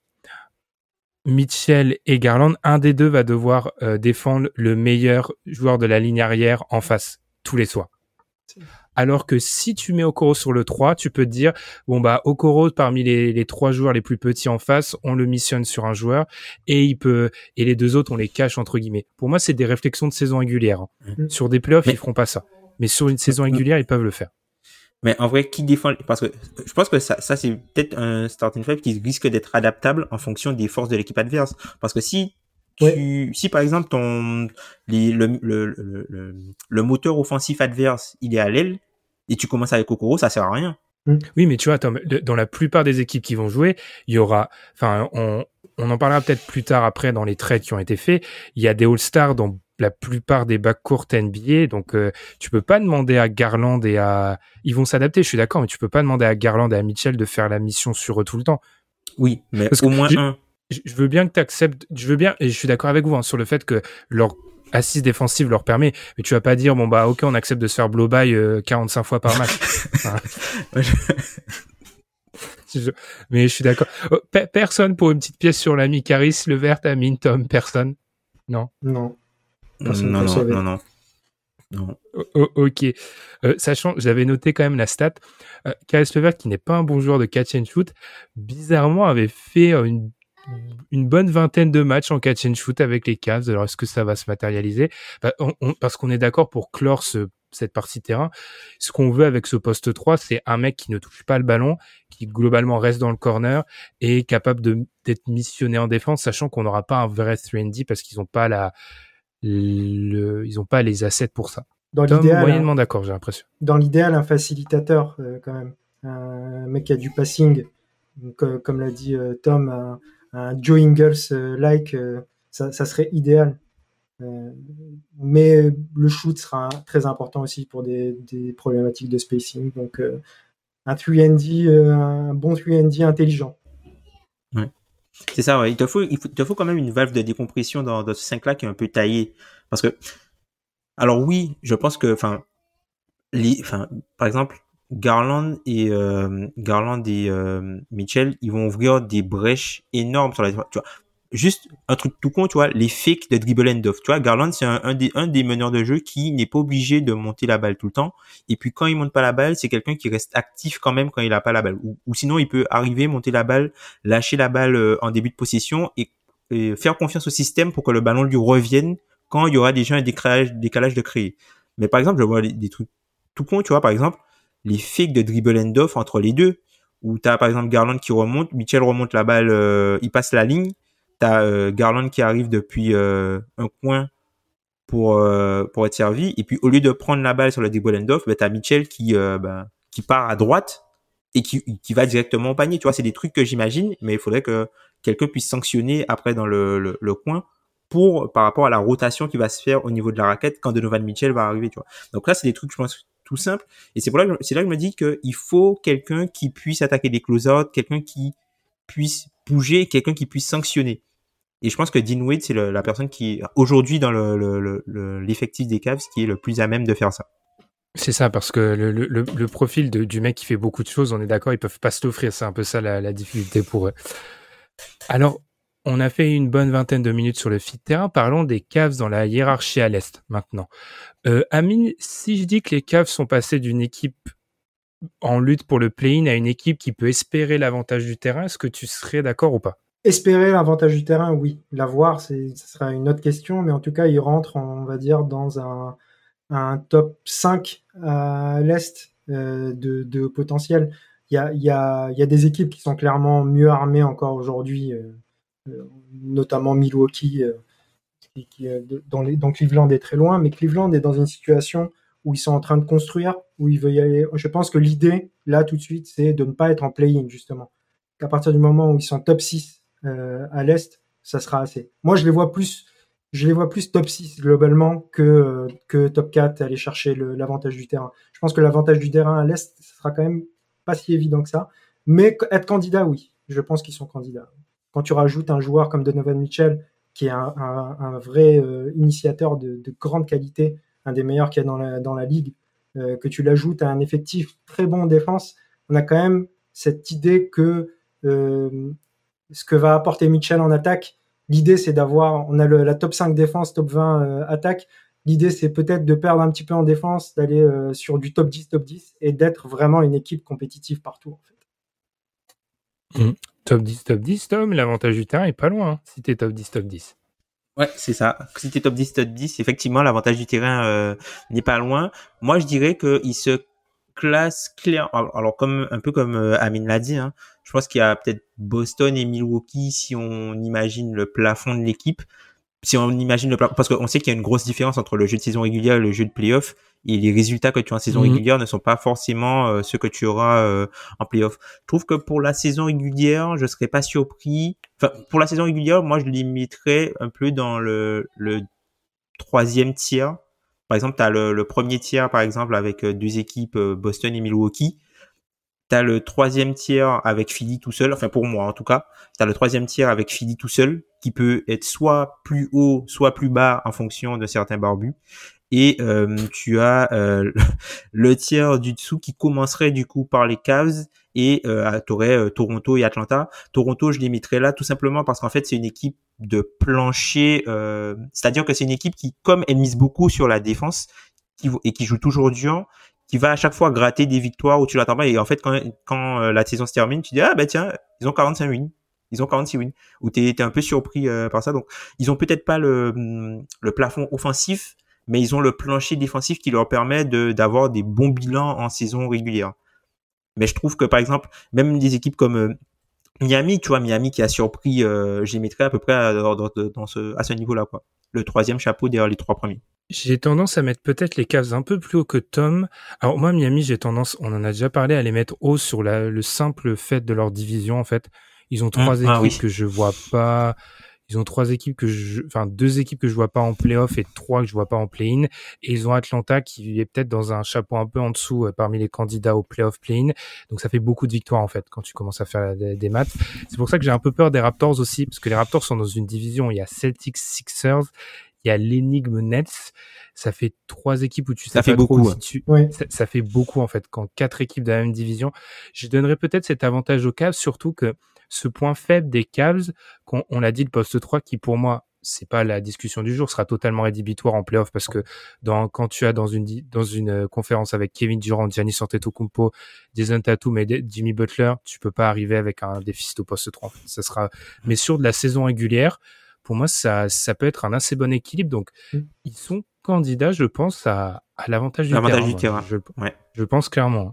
Mitchell et Garland, un des deux va devoir euh, défendre le meilleur joueur de la ligne arrière en face, tous les soirs. Alors que si tu mets Okoro sur le trois, tu peux te dire, bon bah Okoro, parmi les, les trois joueurs les plus petits en face, on le missionne sur un joueur et il peut et les deux autres on les cache entre guillemets. Pour moi, c'est des réflexions de saison régulière. Hein. Mmh. Sur des playoffs, mais... ils feront pas ça. Mais sur une saison régulière, ils peuvent le faire. Mais en vrai, qui défend, parce que je pense que ça, ça c'est peut-être un starting five qui risque d'être adaptable en fonction des forces de l'équipe adverse. Parce que si tu, ouais. si par exemple ton, les, le, le, le, le, le moteur offensif adverse, il est à l'aile, et tu commences avec Okoro, ça sert à rien. Oui, mais tu vois, Tom, dans la plupart des équipes qui vont jouer, il y aura, enfin, on, on en parlera peut-être plus tard après dans les trades qui ont été faits. Il y a des All-Stars dans la plupart des backcourts N B A, donc euh, tu peux pas demander à Garland et à, ils vont s'adapter, je suis d'accord, mais tu peux pas demander à Garland et à Mitchell de faire la mission sur eux tout le temps. Oui, mais au moins un. Je veux bien que tu acceptes, je veux bien, et je suis d'accord avec vous hein, sur le fait que leur assise défensive leur permet, mais tu vas pas dire bon bah ok on accepte de se faire blow-by euh, quarante-cinq fois par match. je... Mais je suis d'accord. Oh, pe- personne pour une petite pièce sur l'ami Caris LeVert, Amin, Tom, personne. Non. Non. Personne non, non, non, non, non. Oh, oh, ok. Euh, sachant, j'avais noté quand même la stat. Euh, Caris LeVert, qui n'est pas un bon joueur de catch and shoot, bizarrement avait fait euh, une une bonne vingtaine de matchs en catch and shoot avec les Cavs. Alors, est-ce que ça va se matérialiser? Bah, on, on, parce qu'on est d'accord pour clore ce, cette partie terrain. Ce qu'on veut avec ce poste trois, c'est un mec qui ne touche pas le ballon, qui globalement reste dans le corner et capable de, d'être missionné en défense, sachant qu'on n'aura pas un vrai trois and D parce qu'ils n'ont pas la, le, ils ont pas les assets pour ça. Dans Tom, l'idéal, moyennement d'accord, j'ai l'impression. Dans l'idéal, un facilitateur, euh, quand même. Un mec qui a du passing, comme, comme l'a dit euh, Tom, un, un Joe Ingles-like, euh, ça, ça serait idéal. Euh, mais le shoot sera très important aussi pour des, des problématiques de spacing. Donc, euh, un trois and D, euh, un bon trois and D intelligent. Ouais. C'est ça, ouais. Il te faut, il, faut, il te faut quand même une valve de décompression dans, dans ce cinq-là qui est un peu taillé. Parce que, alors oui, je pense que, enfin, les, enfin, par exemple, Garland et euh, Garland et euh, Mitchell, ils vont ouvrir des brèches énormes sur la. Tu vois, juste un truc tout con, tu vois, les fakes de dribble and off. Tu vois, Garland, c'est un, un des, un des meneurs de jeu qui n'est pas obligé de monter la balle tout le temps. Et puis, quand il monte pas la balle, c'est quelqu'un qui reste actif quand même quand il a pas la balle. Ou, ou sinon, il peut arriver, monter la balle, lâcher la balle euh, en début de possession et, et faire confiance au système pour que le ballon lui revienne quand il y aura déjà un décalage, décalage de créer. Mais par exemple, je vois des, des trucs tout con, tu vois, par exemple, les fakes de dribble and off entre les deux, où t'as par exemple Garland qui remonte, Mitchell remonte la balle, euh, il passe la ligne, t'as euh, Garland qui arrive depuis euh, un coin pour euh, pour être servi, et puis au lieu de prendre la balle sur le dribble and off, ben t'as Mitchell qui euh, ben, qui part à droite et qui qui va directement au panier. Tu vois, c'est des trucs que j'imagine, mais il faudrait que quelqu'un puisse sanctionner après dans le, le le coin pour par rapport à la rotation qui va se faire au niveau de la raquette quand Donovan Mitchell va arriver. Tu vois. Donc là, c'est des trucs je pense tout simple, et c'est pour là que c'est là que je me dis que il faut quelqu'un qui puisse attaquer des close-out, quelqu'un qui puisse bouger, quelqu'un qui puisse sanctionner. Et je pense que Dean Wade, c'est le, la personne qui, aujourd'hui, dans le, le, le, l'effectif des Cavs, qui est le plus à même de faire ça. C'est ça, parce que le, le, le profil de, du mec qui fait beaucoup de choses, on est d'accord, ils peuvent pas se l'offrir. C'est un peu ça la, la difficulté pour eux. Alors, on a fait une bonne vingtaine de minutes sur le fit terrain. Parlons des Cavs dans la hiérarchie à l'Est, maintenant. Euh, Amine, si je dis que les Cavs sont passés d'une équipe en lutte pour le play-in à une équipe qui peut espérer l'avantage du terrain, est-ce que tu serais d'accord ou pas? Espérer l'avantage du terrain, oui. L'avoir, c'est, ce sera une autre question, mais en tout cas, il rentre, on va dire, dans un, un top cinq à l'Est euh, de, de potentiel. Il y a, il y, a, il y a des équipes qui sont clairement mieux armées encore aujourd'hui, euh, euh, notamment Milwaukee, euh, qui, qui, euh, dont, les, dont Cleveland est très loin, mais Cleveland est dans une situation où ils sont en train de construire, où ils veulent y aller. Je pense que l'idée, là, tout de suite, c'est de ne pas être en play-in, justement. Qu'à partir du moment où ils sont top six Euh, à l'Est, ça sera assez. Moi, je les vois plus, je les vois plus top six globalement que, euh, que top quatre aller chercher le, l'avantage du terrain. Je pense que l'avantage du terrain à l'Est, ce sera quand même pas si évident que ça. Mais être candidat, oui. Je pense qu'ils sont candidats. Quand tu rajoutes un joueur comme Donovan Mitchell, qui est un, un, un vrai euh, initiateur de, de grande qualité, un des meilleurs qu'il y a dans la, dans la ligue, euh, que tu l'ajoutes à un effectif très bon en défense, on a quand même cette idée que euh, ce que va apporter Mitchell en attaque, l'idée c'est d'avoir, on a le, la top cinq défense, top vingt euh, attaque, l'idée c'est peut-être de perdre un petit peu en défense, d'aller euh, sur du top dix, top dix, et d'être vraiment une équipe compétitive partout en fait. Mmh. Top dix, top dix, Tom, l'avantage du terrain est pas loin, hein, si t'es top dix, top dix. Ouais, c'est ça. Si t'es top dix, top dix, effectivement, l'avantage du terrain euh, n'est pas loin. Moi, je dirais qu'il se classe clair. Alors, comme un peu comme euh, Amine l'a dit, hein, je pense qu'il y a peut-être Boston et Milwaukee si on imagine le plafond de l'équipe. Si on imagine le plafond, parce qu'on sait qu'il y a une grosse différence entre le jeu de saison régulière et le jeu de playoff, et les résultats que tu as en saison mmh. régulière ne sont pas forcément euh, ceux que tu auras euh, en playoff. Je trouve que pour la saison régulière, je serais pas surpris. Enfin, pour la saison régulière, moi, je limiterais un peu dans le, le troisième tiers. Par exemple, tu as le, le premier tiers, par exemple, avec deux équipes, Boston et Milwaukee. T'as le troisième tiers avec Philly tout seul, enfin pour moi en tout cas, t'as le troisième tiers avec Philly tout seul, qui peut être soit plus haut, soit plus bas en fonction de certains barbus. Et euh, tu as euh, le tiers du dessous qui commencerait du coup par les Cavs, et euh, t'aurais euh, Toronto et Atlanta. Toronto, je les mettrais là tout simplement parce qu'en fait c'est une équipe de plancher, euh, c'est-à-dire que c'est une équipe qui, comme elle mise beaucoup sur la défense qui, et qui joue toujours dur, qui va à chaque fois gratter des victoires où tu l'attends pas, et en fait quand quand euh, la saison se termine, tu dis ah bah tiens, ils ont quarante-cinq wins, ils ont quarante-six wins, ou t'es t'es un peu surpris euh, par ça. Donc ils ont peut-être pas le le plafond offensif, mais ils ont le plancher défensif qui leur permet de d'avoir des bons bilans en saison régulière. Mais je trouve que par exemple même des équipes comme euh, Miami, tu vois, Miami qui a surpris, euh, je les mettrais à peu près à, dans, dans, dans ce à ce niveau-là quoi. Le troisième chapeau derrière les trois premiers. J'ai tendance à mettre peut-être les Cavs un peu plus haut que Tom. Alors moi, Miami, j'ai tendance, on en a déjà parlé, à les mettre haut sur la, le simple fait de leur division, en fait. Ils ont trois mmh, équipes ah oui. que je vois pas, ils ont trois équipes que je, enfin deux équipes que je vois pas en play-off et trois que je vois pas en play-in. Et ils ont Atlanta qui est peut-être dans un chapeau un peu en dessous euh, parmi les candidats au play-off play-in. Donc ça fait beaucoup de victoires, en fait, quand tu commences à faire des, des maths. C'est pour ça que j'ai un peu peur des Raptors aussi, parce que les Raptors sont dans une division où il y a Celtics, Sixers, il y a l'énigme Nets. Ça fait trois équipes où tu sais ça pas fait trop beaucoup, si ouais. tu... Ouais. ça, ça fait beaucoup en fait. Quand quatre équipes de la même division, je donnerais peut-être cet avantage aux Cavs, surtout que ce point faible des Cavs, qu'on, on l'a dit, le poste trois, qui pour moi, c'est pas la discussion du jour, sera totalement rédhibitoire en playoff parce que dans, quand tu as dans une, dans une euh, conférence avec Kevin Durant, Giannis Antetokounmpo, Jason Tatum et Jimmy Butler, tu peux pas arriver avec un déficit au poste trois. En fait. Ça sera, mais sur de la saison régulière, pour moi, ça, ça peut être un assez bon équilibre. Donc, mm. ils sont candidats, je pense, à, à l'avantage du l'avantage terrain. du terrain. Je, ouais. je pense clairement.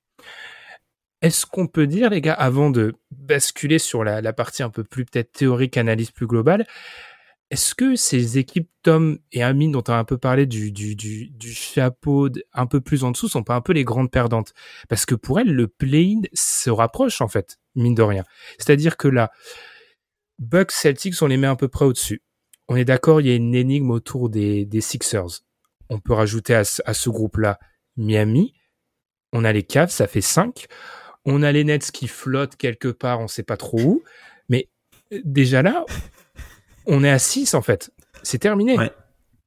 Est-ce qu'on peut dire, les gars, avant de basculer sur la, la partie un peu plus peut-être théorique, analyse plus globale, est-ce que ces équipes, Tom et Amine, dont on a un peu parlé du, du, du, du chapeau un peu plus en dessous, sont pas un peu les grandes perdantes? Parce que pour elles, le play-in se rapproche, en fait, mine de rien. C'est-à-dire que là, Bucks, Celtics, on les met à peu près au-dessus. On est d'accord, il y a une énigme autour des, des Sixers. On peut rajouter à, à ce groupe-là Miami. On a les Cavs, ça fait cinq. On a les Nets qui flottent quelque part, on sait pas trop où. Mais déjà là, on est à six en fait. C'est terminé. Ouais.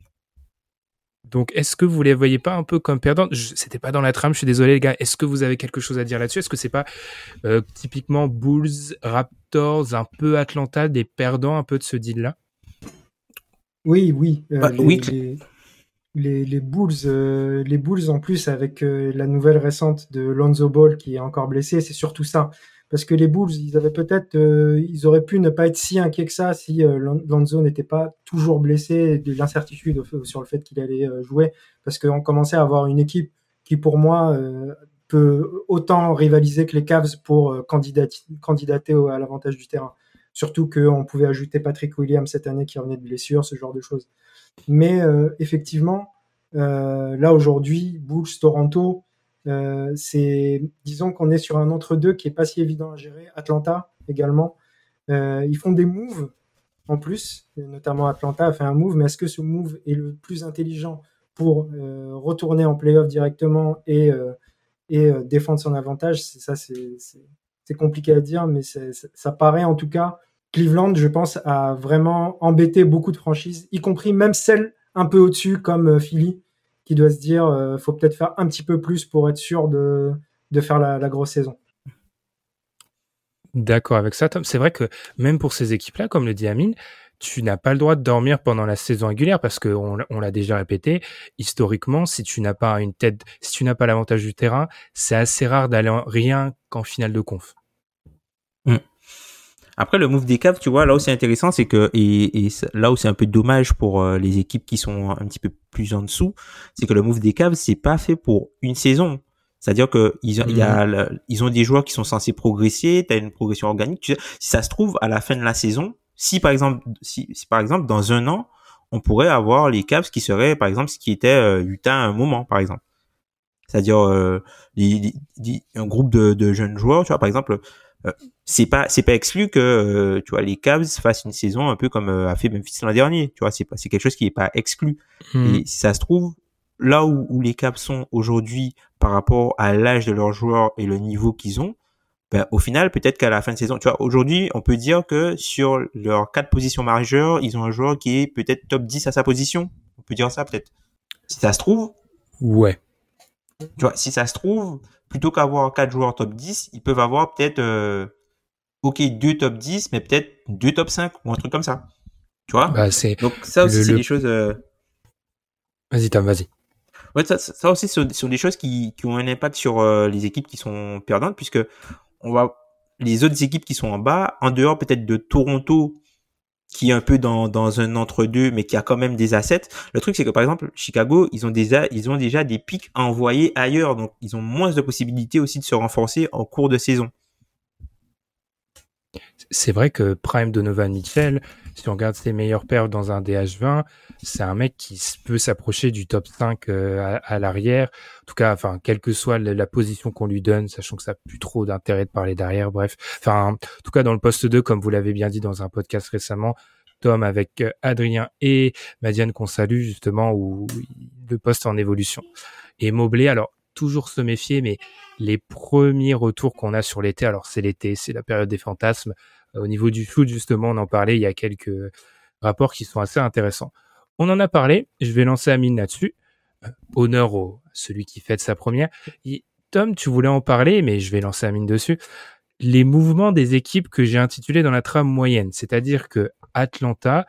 Donc, est-ce que vous les voyez pas un peu comme perdants? je, C'était pas dans la trame, je suis désolé les gars. Est-ce que vous avez quelque chose à dire là-dessus? Est-ce que c'est pas euh, typiquement Bulls, Raptors, un peu Atlanta, des perdants un peu de ce deal-là? Oui, oui. Euh, bah, les, oui. Les, les, les Bulls, euh, les Bulls en plus avec euh, la nouvelle récente de Lonzo Ball qui est encore blessé, c'est surtout ça. Parce que les Bulls, ils avaient peut-être, euh, ils auraient pu ne pas être si inquiets que ça si euh, Lonzo n'était pas toujours blessé, de l'incertitude sur le fait qu'il allait euh, jouer, parce qu'on commençait à avoir une équipe qui, pour moi, euh, peut autant rivaliser que les Cavs pour euh, candidater, candidater au, à l'avantage du terrain. Surtout qu'on pouvait ajouter Patrick Williams cette année qui revenait de blessure, ce genre de choses. Mais euh, effectivement, euh, là aujourd'hui, Bulls, Toronto, Euh, c'est, disons qu'on est sur un entre-deux qui est pas si évident à gérer. Atlanta également, euh, ils font des moves en plus, notamment Atlanta a fait un move, mais est-ce que ce move est le plus intelligent pour euh, retourner en play-off directement et, euh, et euh, défendre son avantage? C'est ça, c'est, c'est, c'est compliqué à dire, mais c'est, c'est, ça paraît en tout cas. Cleveland, je pense, a vraiment embêté beaucoup de franchises, y compris même celles un peu au-dessus comme euh, Philly, qui doit se dire euh, faut peut-être faire un petit peu plus pour être sûr de, de faire la, la grosse saison. D'accord avec ça, Tom. C'est vrai que même pour ces équipes-là, comme le dit Amine, tu n'as pas le droit de dormir pendant la saison régulière parce que on, on l'a déjà répété, historiquement, si tu n'as pas une tête, si tu n'as pas l'avantage du terrain, c'est assez rare d'aller en, rien qu'en finale de conf. Mmh. Après, le move des Cavs, tu vois, là où c'est intéressant, c'est que, et, et là où c'est un peu dommage pour euh, les équipes qui sont un petit peu plus en dessous, c'est que le move des Cavs, c'est pas fait pour une saison. C'est-à-dire que ils ont, mmh. il y a, le, ils ont des joueurs qui sont censés progresser, t'as une progression organique. Tu sais, si ça se trouve, à la fin de la saison, si par exemple, si, si par exemple, dans un an, on pourrait avoir les Cavs qui seraient, par exemple, ce qui était euh, Utah à un moment, par exemple. C'est-à-dire, euh, les, les, les, un groupe de, de jeunes joueurs, tu vois, par exemple, Euh, c'est pas c'est pas exclu que euh, tu vois les Cavs fassent une saison un peu comme euh, a fait Memphis l'an dernier, tu vois, c'est pas c'est quelque chose qui est pas exclu. Mmh. Et si ça se trouve là où, où les Cavs sont aujourd'hui par rapport à l'âge de leurs joueurs et le niveau qu'ils ont, ben au final peut-être qu'à la fin de saison, tu vois, aujourd'hui on peut dire que sur leurs quatre positions majeures, ils ont un joueur qui est peut-être top dix à sa position. On peut dire ça peut-être. Si ça se trouve, ouais. Tu vois, si ça se trouve, plutôt qu'avoir quatre joueurs top dix, ils peuvent avoir peut-être, euh, ok, deux top dix, mais peut-être deux top cinq ou un truc comme ça. Tu vois? Bah, c'est donc ça aussi, le, c'est le... des choses... Euh... Vas-y, Tom, vas-y. Ouais, ça, ça aussi, ce sont des choses qui, qui ont un impact sur euh, les équipes qui sont perdantes, puisque on va les autres équipes qui sont en bas, en dehors peut-être de Toronto, qui est un peu dans dans un entre-deux, mais qui a quand même des assets. Le truc, c'est que par exemple, Chicago, ils ont déjà ils ont déjà des pics à envoyer ailleurs, donc ils ont moins de possibilités aussi de se renforcer en cours de saison. C'est vrai que Prime Donovan Mitchell, si on regarde ses meilleures perfs dans un D H vingt, c'est un mec qui peut s'approcher du top cinq euh, à, à l'arrière. En tout cas, enfin, quelle que soit la, la position qu'on lui donne, sachant que ça n'a plus trop d'intérêt de parler derrière. Bref, enfin, en tout cas, dans le poste deux, comme vous l'avez bien dit dans un podcast récemment, Tom avec Adrien et Madiane qu'on salue justement, où le poste est en évolution. Et Mobley, alors, toujours se méfier, mais les premiers retours qu'on a sur l'été, alors c'est l'été, c'est la période des fantasmes, au niveau du shoot, justement, on en parlait, il y a quelques rapports qui sont assez intéressants. on en a parlé. Je vais lancer Amine là-dessus. Euh, honneur au celui qui fête sa première. Et, Tom, tu voulais en parler, mais je vais lancer Amine dessus. Les mouvements des équipes que j'ai intitulés dans la trame moyenne, c'est-à-dire que Atlanta,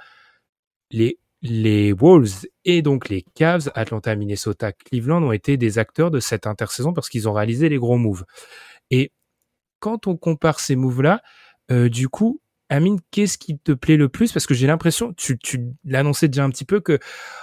les les Wolves et donc les Cavs, Atlanta, Minnesota, Cleveland ont été des acteurs de cette intersaison parce qu'ils ont réalisé les gros moves. Et quand on compare ces moves-là, euh, du coup, Amine, qu'est-ce qui te plaît le plus? Parce que j'ai l'impression, tu, tu l'annonçais déjà un petit peu, que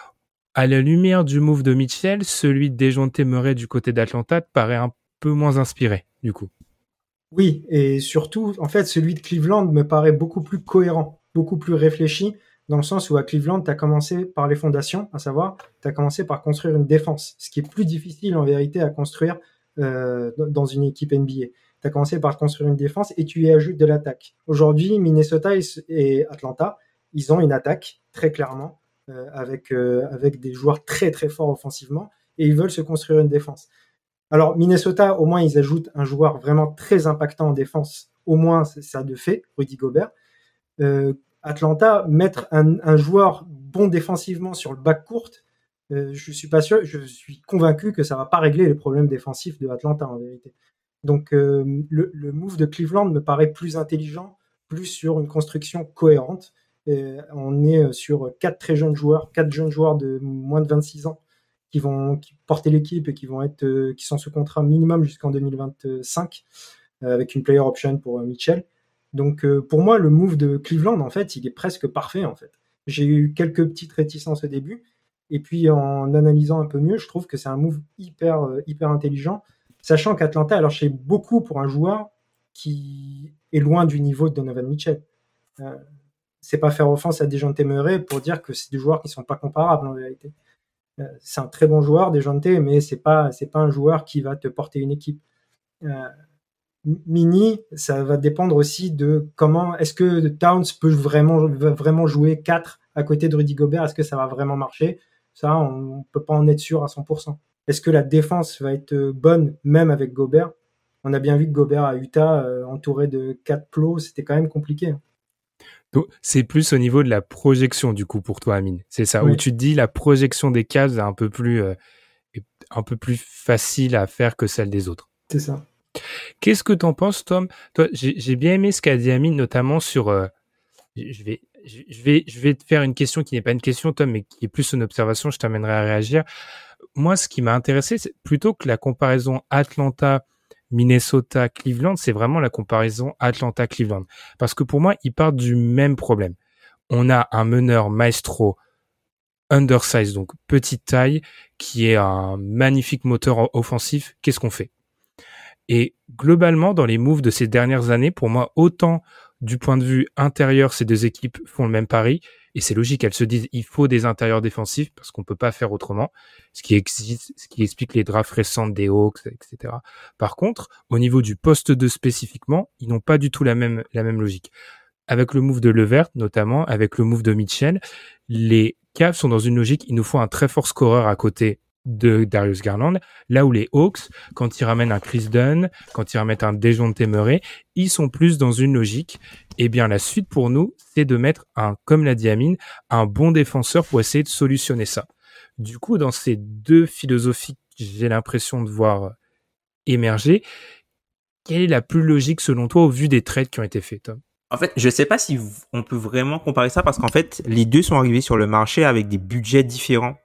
à la lumière du move de Mitchell, celui de Dejounte Murray du côté d'Atlanta te paraît un peu moins inspiré, du coup. Oui, et surtout, en fait, celui de Cleveland me paraît beaucoup plus cohérent, beaucoup plus réfléchi, dans le sens où à Cleveland, tu as commencé par les fondations, à savoir, tu as commencé par construire une défense, ce qui est plus difficile en vérité à construire euh, dans une équipe N B A. Tu as commencé par construire une défense et tu y ajoutes de l'attaque. Aujourd'hui, Minnesota et Atlanta, ils ont une attaque, très clairement, euh, avec, euh, avec des joueurs très très forts offensivement, et ils veulent se construire une défense. Alors, Minnesota, au moins, ils ajoutent un joueur vraiment très impactant en défense. Au moins, c'est ça de fait, Rudy Gobert. Euh, Atlanta, mettre un, un joueur bon défensivement sur le bac court, euh, je suis pas sûr, je suis convaincu que ça va pas régler les problèmes défensifs de Atlanta, en vérité. Donc, euh, le, le move de Cleveland me paraît plus intelligent, plus sur une construction cohérente. Et on est sur quatre très jeunes joueurs, quatre jeunes joueurs de moins de vingt-six ans, qui vont qui porter l'équipe et qui vont être euh, qui sont sous contrat minimum jusqu'en deux mille vingt-cinq euh, avec une player option pour euh, Mitchell. Donc euh, pour moi le move de Cleveland en fait, il est presque parfait en fait. J'ai eu quelques petites réticences au début et puis en analysant un peu mieux, je trouve que c'est un move hyper euh, hyper intelligent, sachant qu'Atlanta alors c'est beaucoup pour un joueur qui est loin du niveau de Donovan Mitchell. Euh, c'est pas faire offense à Dejounte Murray pour dire que c'est des joueurs qui sont pas comparables en vérité. C'est un très bon joueur, Dejounte, mais c'est pas c'est pas un joueur qui va te porter une équipe. Euh, Mini, ça va dépendre aussi de comment est-ce que Towns peut vraiment vraiment jouer quatre à côté de Rudy Gobert. Est-ce que ça va vraiment marcher? Ça, on, on peut pas en être sûr à cent pour cent. Est-ce que la défense va être bonne même avec Gobert? On a bien vu que Gobert à Utah, euh, entouré de quatre plots, c'était quand même compliqué. Donc, c'est plus au niveau de la projection, du coup, pour toi, Amine. C'est ça, oui. Où tu te dis la projection des Cavs est un peu plus, euh, un peu plus facile à faire que celle des autres. C'est ça. Qu'est-ce que t'en penses, Tom? Toi, j'ai, j'ai bien aimé ce qu'a dit Amine, notamment sur. Euh, je vais, je vais, je vais te faire une question qui n'est pas une question, Tom, mais qui est plus une observation. Je t'amènerai à réagir. Moi, ce qui m'a intéressé, c'est plutôt que la comparaison Atlanta. Minnesota, Cleveland, c'est vraiment la comparaison Atlanta-Cleveland. Parce que pour moi, ils partent du même problème. On a un meneur maestro undersize, donc petite taille, qui est un magnifique moteur offensif. Qu'est-ce qu'on fait? Et globalement, dans les moves de ces dernières années, pour moi, autant du point de vue intérieur, ces deux équipes font le même pari. Et c'est logique, elles se disent il faut des intérieurs défensifs parce qu'on peut pas faire autrement, ce qui existe, ce qui explique les drafts récents des Hawks, et cetera. Par contre, au niveau du poste deux spécifiquement, ils n'ont pas du tout la même la même logique. Avec le move de Levert, notamment, avec le move de Mitchell, les Cavs sont dans une logique, il nous faut un très fort scoreur à côté de Darius Garland, là où les Hawks, quand ils ramènent un Chris Dunn, quand ils ramènent un Dejounte Murray, ils sont plus dans une logique. Eh bien, la suite pour nous, c'est de mettre un, comme l'a dit Amine, un bon défenseur pour essayer de solutionner ça. Du coup, dans ces deux philosophies, j'ai l'impression de voir émerger. Quelle est la plus logique selon toi au vu des trades qui ont été faits, Tom? En fait, je sais pas si on peut vraiment comparer ça parce qu'en fait, les deux sont arrivés sur le marché avec des budgets différents.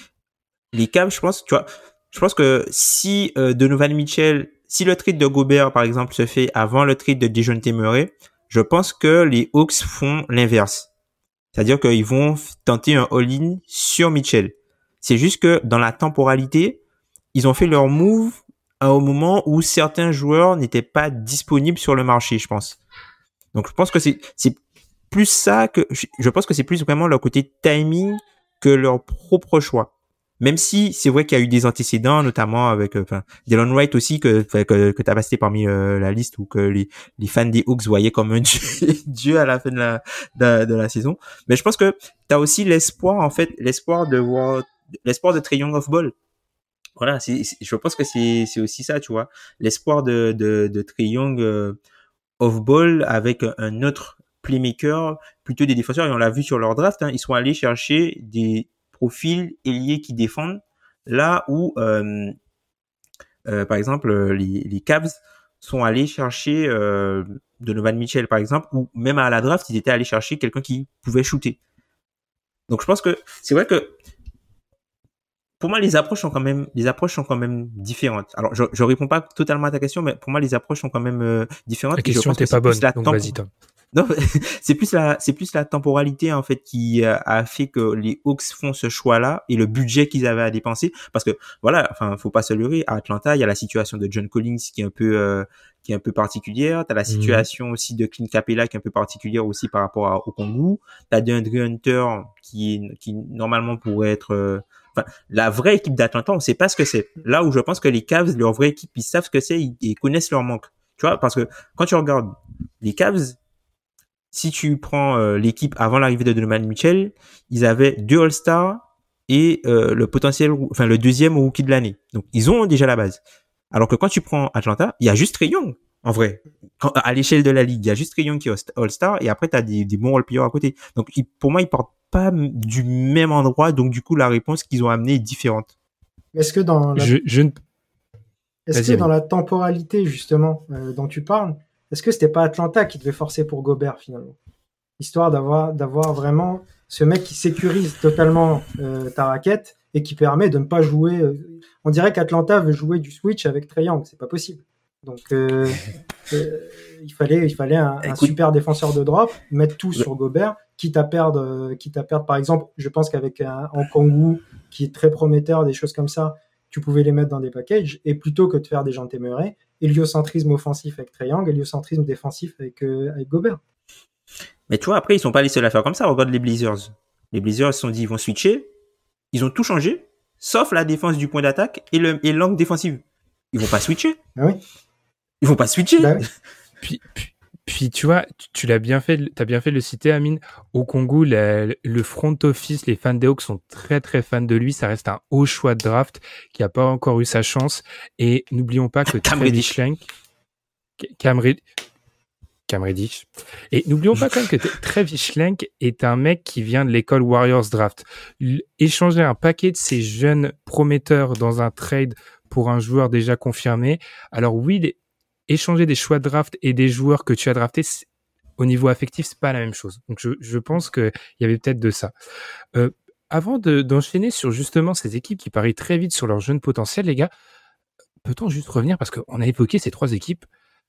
Les Cavs, je pense, tu vois, je pense que si euh, Donovan Mitchell, si le trade de Gobert, par exemple, se fait avant le trade de Dejounte Murray, je pense que les Hawks font l'inverse. C'est-à-dire qu'ils vont tenter un all-in sur Mitchell. C'est juste que dans la temporalité, ils ont fait leur move au moment où certains joueurs n'étaient pas disponibles sur le marché, je pense. Donc, je pense que c'est, c'est plus ça que, je pense que c'est plus vraiment leur côté timing que leur propre choix. Même si c'est vrai qu'il y a eu des antécédents, notamment avec enfin, Delon Wright aussi, que, que, que tu as passé parmi euh, la liste ou que les, les fans des Hawks voyaient comme un dieu, dieu à la fin de la, de, de la saison. Mais je pense que tu as aussi l'espoir, en fait, l'espoir de voir, l'espoir de Trae Young off ball. Voilà, c'est, c'est, je pense que c'est, c'est aussi ça, tu vois. L'espoir de, de, de Trae Young euh, off ball avec un autre playmaker, plutôt des défenseurs, et on l'a vu sur leur draft, hein, ils sont allés chercher des profils ailiers qui défendent, là où, euh, euh, par exemple, les, les Cavs sont allés chercher euh, Donovan Mitchell, par exemple, ou même à la draft, ils étaient allés chercher quelqu'un qui pouvait shooter. Donc, je pense que c'est vrai que pour moi, les approches sont quand même, les approches sont quand même différentes. Alors, je, je réponds pas totalement à ta question, mais pour moi, les approches sont quand même euh, différentes. La question n'était pas bonne, donc vas-y, Tom. Non, c'est plus la, c'est plus la temporalité en fait qui a, a fait que les Hawks font ce choix-là et le budget qu'ils avaient à dépenser. Parce que voilà, enfin, faut pas se leurrer. À Atlanta, il y a la situation de John Collins qui est un peu, euh, qui est un peu particulière. T'as la situation mmh. aussi de Clint Capela qui est un peu particulière aussi par rapport à, au Congo. T'as DeAndre Hunter qui, qui normalement pourrait être euh, Enfin, la vraie équipe d'Atlanta, on sait pas ce que c'est. Là où je pense que les Cavs, leur vraie équipe, ils savent ce que c'est, ils, ils connaissent leur manque. Tu vois, parce que quand tu regardes les Cavs, si tu prends euh, l'équipe avant l'arrivée de Donovan Mitchell, ils avaient deux All-Stars et euh, le potentiel, enfin le deuxième rookie de l'année. Donc ils ont déjà la base. Alors que quand tu prends Atlanta, il y a juste Trae Young. En vrai, quand, à l'échelle de la ligue, il y a juste Trae Young qui est All-Star et après t'as des, des bons role-players à côté. Donc ils, pour moi, ils portent pas du même endroit, donc du coup la réponse qu'ils ont amenée est différente. Est-ce que dans la, je, je ne... est-ce que dans la temporalité justement euh, dont tu parles, est-ce que c'était pas Atlanta qui devait forcer pour Gobert finalement, histoire d'avoir d'avoir vraiment ce mec qui sécurise totalement euh, ta raquette et qui permet de ne pas jouer. Euh, on dirait qu'Atlanta veut jouer du switch avec Trae Young, c'est pas possible. Donc euh, euh, il fallait il fallait un, un super défenseur de drop, mettre tout sur Gobert, quitte à perdre euh, quitte à perdre par exemple, je pense qu'avec un Okongwu qui est très prometteur, des choses comme ça, tu pouvais les mettre dans des packages, et plutôt que de faire des gens téméraires, héliocentrisme offensif avec Trae Young, héliocentrisme défensif avec euh, avec Gobert. Mais tu vois, après ils sont pas les seuls à faire comme ça. Regarde les Blazers. Les Blazers se sont dit ils vont switcher, ils ont tout changé, sauf la défense du point d'attaque et le et l'angle défensive. Ils vont pas switcher. Ah oui. Ils vont pas switcher. Bah oui. puis, puis, puis, tu vois, tu, tu l'as bien fait, t'as bien fait de le citer, Amine. Au Congo, la, le front office, les fans des Hawks sont très, très fans de lui. Ça reste un haut choix de draft qui a pas encore eu sa chance. Et n'oublions pas que Travis Schlenk, Cam Reddish. Et n'oublions pas quand même que Travis Schlenk est un mec qui vient de l'école Warriors Draft. Échanger un paquet de ces jeunes prometteurs dans un trade pour un joueur déjà confirmé. Alors oui, les, échanger des choix de draft et des joueurs que tu as draftés, au niveau affectif, c'est pas la même chose. Donc je, je pense qu'il y avait peut-être de ça. Euh, avant de, d'enchaîner sur justement ces équipes qui parient très vite sur leur jeune potentiel, les gars, peut-on juste revenir, parce qu'on a évoqué ces trois équipes,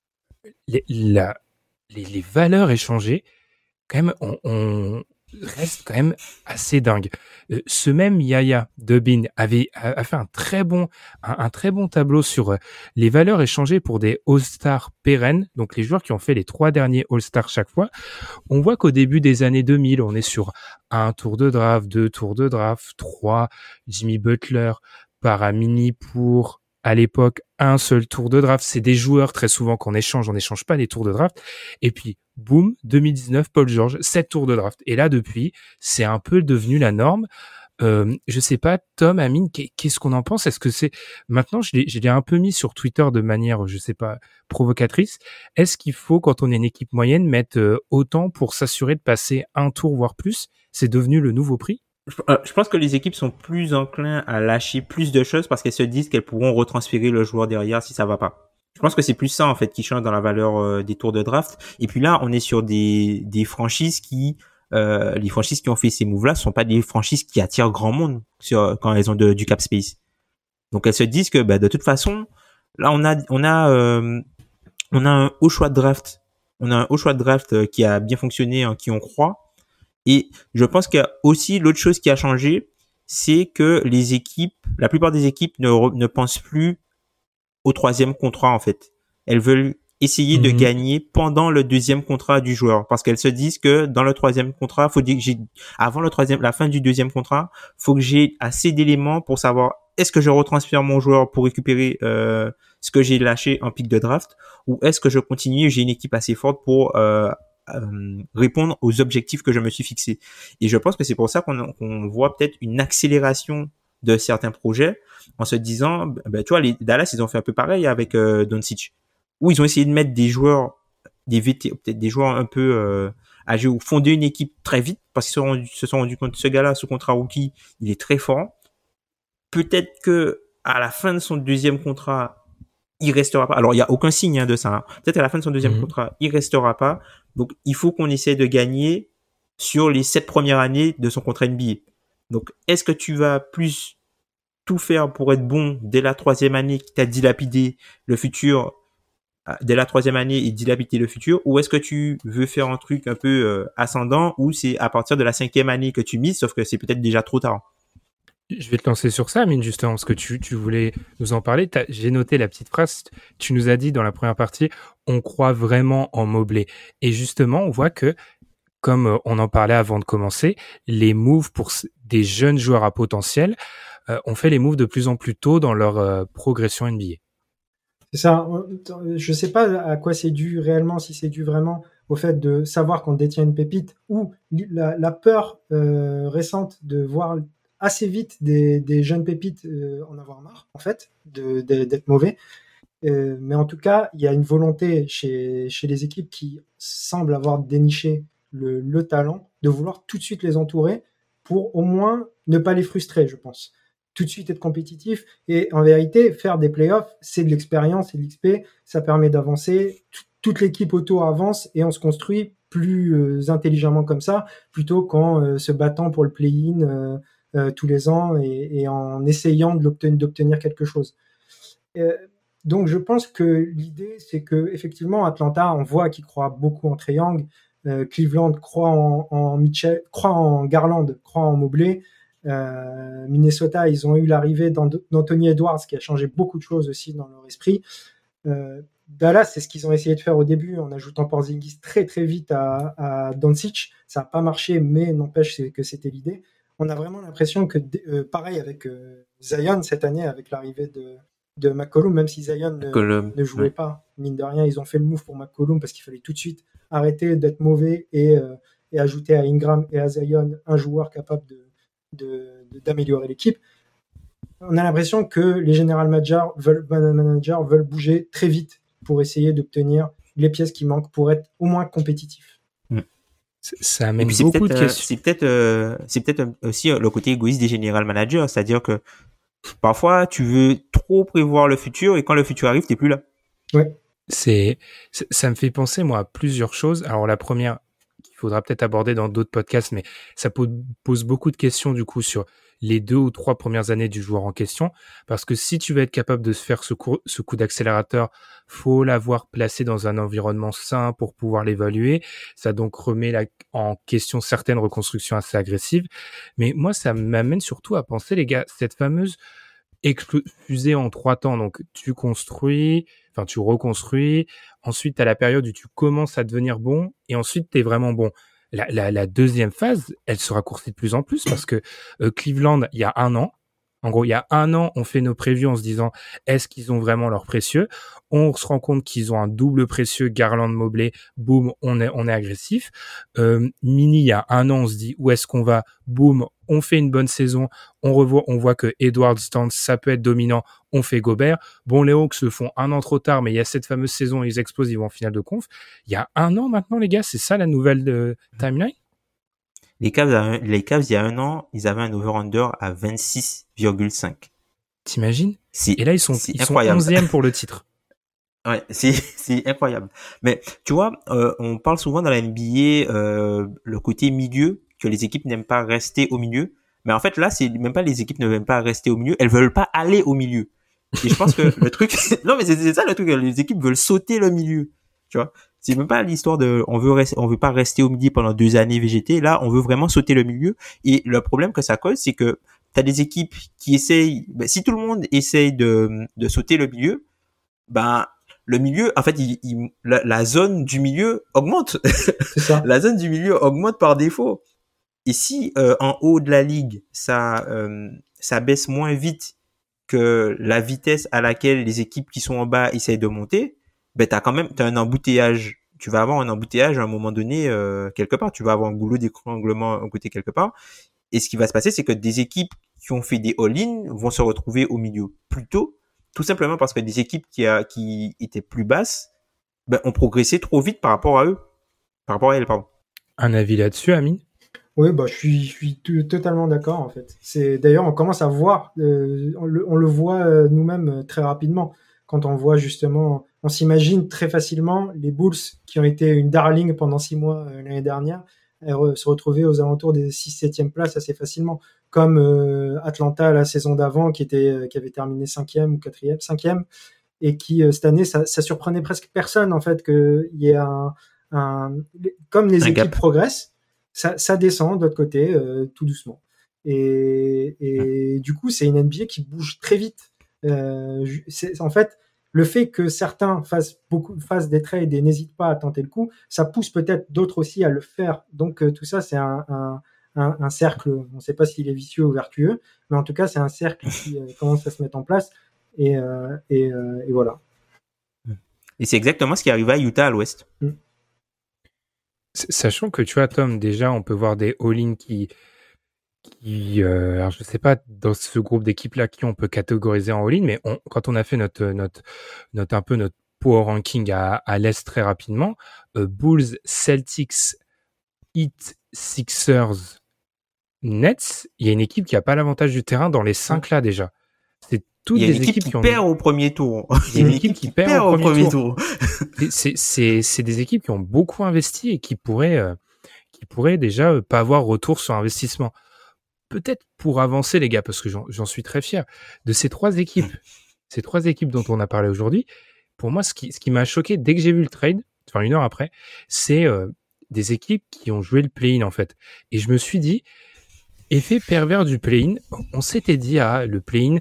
les, la, les, les valeurs échangées, quand même, on, on reste quand même assez dingue. Euh, ce même Yaya Dubin avait a, a fait un très bon un, un très bon tableau sur euh, les valeurs échangées pour des All-Stars pérennes, donc les joueurs qui ont fait les trois derniers All-Stars chaque fois. On voit qu'au début des années deux mille, on est sur un tour de draft, deux tours de draft, trois. Jimmy Butler part à mini pour à l'époque un seul tour de draft. C'est des joueurs très souvent qu'on échange, on n'échange pas des tours de draft. Et puis boum, deux mille dix-neuf, Paul George, sept tours de draft. Et là, depuis, c'est un peu devenu la norme. Euh, je sais pas, Tom, Amine, qu'est-ce qu'on en pense? Est-ce que c'est, maintenant, je l'ai, je l'ai un peu mis sur Twitter de manière, je sais pas, provocatrice. Est-ce qu'il faut, quand on est une équipe moyenne, mettre euh, autant pour s'assurer de passer un tour, voire plus? C'est devenu le nouveau prix? Je pense que les équipes sont plus enclins à lâcher plus de choses parce qu'elles se disent qu'elles pourront retransférer le joueur derrière si ça va pas. Je pense que c'est plus ça en fait qui change dans la valeur euh, des tours de draft. Et puis là, on est sur des des franchises qui euh, les franchises qui ont fait ces moves-là sont pas des franchises qui attirent grand monde sur quand elles ont de, du cap space. Donc elles se disent que bah, de toute façon, là on a on a euh, on a un haut choix de draft. On a un haut choix de draft qui a bien fonctionné, en qui on croit. Et je pense qu'il y a aussi l'autre chose qui a changé, c'est que les équipes, la plupart des équipes ne, re, ne pensent plus au troisième contrat en fait. Elles veulent essayer mmh. de gagner pendant le deuxième contrat du joueur, parce qu'elles se disent que dans le troisième contrat, faut dire que j'ai avant le troisième, la fin du deuxième contrat, faut que j'ai assez d'éléments pour savoir est-ce que je retransfère mon joueur pour récupérer euh, ce que j'ai lâché en pick de draft, ou est-ce que je continue, j'ai une équipe assez forte pour euh, Euh, répondre aux objectifs que je me suis fixés. Et je pense que c'est pour ça qu'on, qu'on voit peut-être une accélération de certains projets en se disant, ben, tu vois, les Dallas, ils ont fait un peu pareil avec euh, Doncic, où ils ont essayé de mettre des joueurs, des V T, peut-être des joueurs un peu euh, à jouer, fonder une équipe très vite parce qu'ils se sont rendus, se sont rendus compte que ce gars-là, sous contrat rookie, il est très fort. Peut-être que à la fin de son deuxième contrat, il restera pas. Alors, il y a aucun signe hein, de ça. Hein. Peut-être à la fin de son deuxième mmh. contrat, il restera pas. Donc, il faut qu'on essaie de gagner sur les sept premières années de son contrat N B A. Donc, est-ce que tu vas plus tout faire pour être bon dès la troisième année qui t'a dilapidé le futur, dès la troisième année et dilapider le futur, ou est-ce que tu veux faire un truc un peu euh, ascendant où c'est à partir de la cinquième année que tu mises, sauf que c'est peut-être déjà trop tard? Je vais te lancer sur ça, Amine, justement, parce que tu, tu voulais nous en parler. T'as, j'ai noté la petite phrase. Tu nous as dit dans la première partie, on croit vraiment en Mobley. Et justement, on voit que, comme on en parlait avant de commencer, les moves pour des jeunes joueurs à potentiel, euh, on fait les moves de plus en plus tôt dans leur euh, progression N B A. C'est ça. Je sais pas à quoi c'est dû réellement, si c'est dû vraiment au fait de savoir qu'on détient une pépite ou la, la peur euh, récente de voir assez vite des, des jeunes pépites euh, en avoir marre, en fait, de, de, d'être mauvais. Euh, mais en tout cas, il y a une volonté chez, chez les équipes qui semblent avoir déniché le, le talent de vouloir tout de suite les entourer pour au moins ne pas les frustrer, je pense. Tout de suite être compétitif. Et en vérité, faire des playoffs, c'est de l'expérience, c'est de l'X P, ça permet d'avancer. T- toute l'équipe autour avance et on se construit plus euh, intelligemment comme ça, plutôt qu'en euh, se battant pour le play-in euh, euh, tous les ans et, et en essayant de l'obtenir, d'obtenir quelque chose. Euh, donc je pense que l'idée, c'est que effectivement Atlanta, on voit qu'ils croient beaucoup en Trae Young, euh, Cleveland croit en, en Mitchell, croit en Garland, croit en Mobley. Euh, Minnesota, ils ont eu l'arrivée d'Anthony Edwards qui a changé beaucoup de choses aussi dans leur esprit. Euh, Dallas, c'est ce qu'ils ont essayé de faire au début en ajoutant Porzingis très très vite à, à Doncic. Ça n'a pas marché, mais n'empêche que c'était l'idée. On a vraiment l'impression que, euh, pareil avec euh, Zion cette année, avec l'arrivée de, de McCollum, même si Zion ne, ne jouait ouais. pas, mine de rien, ils ont fait le move pour McCollum parce qu'il fallait tout de suite arrêter d'être mauvais et, euh, et ajouter à Ingram et à Zion un joueur capable de De, de, d'améliorer l'équipe. On a l'impression que les general managers veulent, managers veulent bouger très vite pour essayer d'obtenir les pièces qui manquent pour être au moins compétitifs. Mmh. Ça amène beaucoup de euh, questions. C'est peut-être, euh, c'est peut-être aussi le côté égoïste des general managers, c'est-à-dire que parfois tu veux trop prévoir le futur et quand le futur arrive, t'es plus là. Ouais. C'est, ça me fait penser moi à plusieurs choses. Alors la première, il faudra peut-être aborder dans d'autres podcasts, mais ça pose beaucoup de questions du coup sur les deux ou trois premières années du joueur en question, parce que si tu veux être capable de faire ce coup, ce coup d'accélérateur, faut l'avoir placé dans un environnement sain pour pouvoir l'évaluer. Ça donc remet la, en question certaines reconstructions assez agressives. Mais moi, ça m'amène surtout à penser, les gars, cette fameuse fusée en trois temps. Donc tu construis, enfin tu reconstruis, ensuite t'as la période où tu commences à devenir bon et ensuite t'es vraiment bon. La, la, la deuxième phase, elle se raccourcit de plus en plus parce que euh, Cleveland, il y a un an, en gros il y a un an, on fait nos previews en se disant est-ce qu'ils ont vraiment leur précieux? On se rend compte qu'ils ont un double précieux, Garland, Mobley, boum, on est, on est agressif. Euh, Mini, il y a un an, on se dit où est-ce qu'on va? Boum, on fait une bonne saison, on revoit, on voit que Edwards Stance, ça peut être dominant, on fait Gobert. Bon, les Hawks se font un an trop tard, mais il y a cette fameuse saison, ils explosent, ils vont en finale de conf. Il y a un an maintenant, les gars, c'est ça la nouvelle de timeline? Les Cavs, les Cavs, il y a un an, ils avaient un over-under à vingt-six virgule cinq. T'imagines? C'est, Et là, ils sont, ils sont onzième pour le titre. Ouais, c'est, c'est incroyable. Mais, tu vois, euh, on parle souvent dans la N B A, euh, le côté milieu, que les équipes n'aiment pas rester au milieu. Mais en fait, là, c'est même pas les équipes ne veulent pas rester au milieu, elles veulent pas aller au milieu. Et je pense que le truc, non, mais c'est, c'est ça le truc, les équipes veulent sauter le milieu. Tu vois? C'est même pas l'histoire de, on veut rester, on veut pas rester au milieu pendant deux années V G T. Là, on veut vraiment sauter le milieu. Et le problème que ça cause, c'est que t'as des équipes qui essayent, ben, si tout le monde essaye de, de sauter le milieu, ben, le milieu, en fait, il, il, la, la zone du milieu augmente. C'est ça. La zone du milieu augmente par défaut. Et si euh, en haut de la ligue, ça, euh, ça baisse moins vite que la vitesse à laquelle les équipes qui sont en bas essayent de monter, ben t'as quand même t'as un embouteillage. Tu vas avoir un embouteillage à un moment donné euh, quelque part. Tu vas avoir un goulot d'étranglement à côté quelque part. Et ce qui va se passer, c'est que des équipes qui ont fait des all-in vont se retrouver au milieu plus tôt, tout simplement parce que des équipes qui, a, qui étaient plus basses ben, ont progressé trop vite par rapport à eux, par rapport à elles, pardon. Un avis là-dessus, Amine? Oui, bah, je suis, je suis t- totalement d'accord, en fait. C'est, d'ailleurs, on commence à voir, euh, on, le, on le voit euh, nous-mêmes euh, très rapidement. Quand on voit justement, on s'imagine très facilement les Bulls qui ont été une darling pendant six mois euh, l'année dernière, et re- se retrouver aux alentours des six septième places assez facilement. Comme euh, Atlanta la saison d'avant, qui était, euh, qui avait terminé cinquième ou quatrième, cinquième, et qui euh, cette année, ça, ça surprenait presque personne, en fait, qu'il y ait un, un, comme les Un équipes gap. progressent, ça, ça descend de l'autre côté euh, tout doucement. Et, et du coup, c'est une N B A qui bouge très vite. Euh, c'est, en fait, le fait que certains fassent beaucoup, fassent des trades et n'hésitent pas à tenter le coup, ça pousse peut-être d'autres aussi à le faire. Donc euh, tout ça, c'est un, un, un, un cercle. On ne sait pas s'il est vicieux ou vertueux, mais en tout cas, c'est un cercle qui euh, commence à se mettre en place. Et, euh, et, euh, et voilà. Et c'est exactement ce qui arrive à Utah à l'Ouest. Mm. Sachant que, tu vois, Tom, déjà, on peut voir des all-in qui, qui euh, alors je sais pas dans ce groupe d'équipes-là qui on peut catégoriser en all-in, mais on, quand on a fait notre, notre, notre un peu notre power ranking à, à l'Est très rapidement, euh, Bulls, Celtics, Heat, Sixers, Nets, il y a une équipe qui a pas l'avantage du terrain dans les cinq là déjà. C'est toutes Il y a des une équipe équipes qui, qui ont... perd au premier tour. Il y a une équipe qui perd au premier tour. C'est, c'est, c'est des équipes qui ont beaucoup investi et qui pourraient, euh, qui pourraient déjà euh, pas avoir retour sur investissement. Peut-être pour avancer, les gars, parce que j'en, j'en suis très fier, de ces trois équipes, ces trois équipes dont on a parlé aujourd'hui, pour moi, ce qui, ce qui m'a choqué dès que j'ai vu le trade, enfin une heure après, c'est euh, des équipes qui ont joué le play-in, en fait. Et je me suis dit, effet pervers du play-in, on s'était dit, ah, le play-in,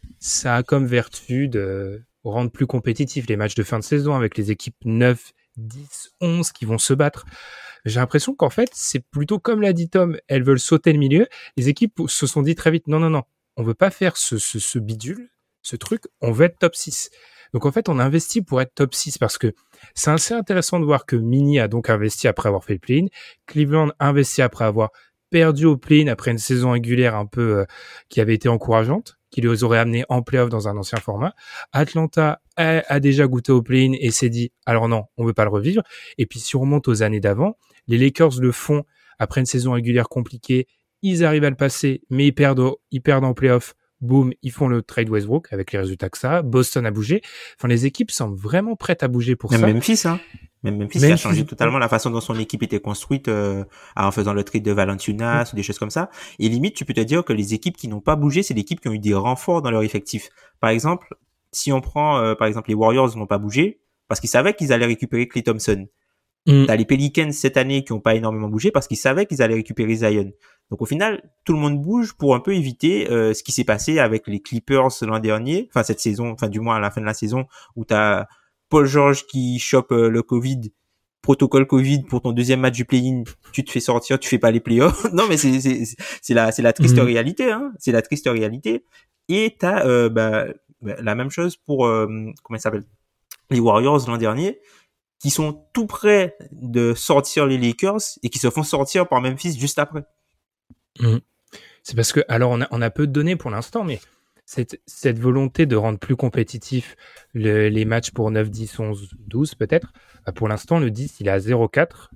ça a comme vertu de rendre plus compétitifs les matchs de fin de saison avec les équipes neuf, dix, onze qui vont se battre. J'ai l'impression qu'en fait, c'est plutôt comme l'a dit Tom, elles veulent sauter le milieu. Les équipes se sont dit très vite, non, non, non, on veut pas faire ce, ce, ce bidule, ce truc, on veut être top six. Donc en fait, on investit pour être top six parce que c'est assez intéressant de voir que Mini a donc investi après avoir fait le play-in, Cleveland a investi après avoir perdu au play-in après une saison régulière un peu euh, qui avait été encourageante, qui les aurait amenés en play-off dans un ancien format. Atlanta a, a déjà goûté au play-in et s'est dit, alors non, on veut pas le revivre. Et puis si on remonte aux années d'avant, les Lakers le font après une saison régulière compliquée, ils arrivent à le passer, mais ils perdent, ils perdent en play-off. Boum, ils font le trade Westbrook avec les résultats que ça. Boston a bougé. Enfin, les équipes semblent vraiment prêtes à bouger pour Même ça. Memphis, hein. Même Memphis, Memphis qui a changé totalement la façon dont son équipe était construite euh, en faisant le trade de Valanciunas mmh. ou des choses comme ça. Et limite, tu peux te dire que les équipes qui n'ont pas bougé, c'est des équipes qui ont eu des renforts dans leur effectif. Par exemple, si on prend, euh, par exemple, les Warriors n'ont pas bougé parce qu'ils savaient qu'ils allaient récupérer Klay Thompson. Mm. T'as les Pelicans cette année qui ont pas énormément bougé parce qu'ils savaient qu'ils allaient récupérer Zion. Donc au final, tout le monde bouge pour un peu éviter euh, ce qui s'est passé avec les Clippers l'an dernier, enfin cette saison, enfin du moins à la fin de la saison, où t'as Paul George qui chope euh, le Covid, protocole Covid pour ton deuxième match du play-in, tu te fais sortir, tu fais pas les playoffs. Non mais c'est c'est c'est la c'est la triste mm. réalité, hein. C'est la triste réalité. Et t'as euh, bah, bah la même chose pour euh, comment ça s'appelle, les Warriors l'an dernier, qui sont tout près de sortir les Lakers et qui se font sortir par Memphis juste après. Mmh. C'est parce que, alors on a, on a peu de données pour l'instant, mais cette, cette volonté de rendre plus compétitif le, les matchs pour neuf, dix, onze, douze peut-être, bah pour l'instant le dix il est à zéro quatre,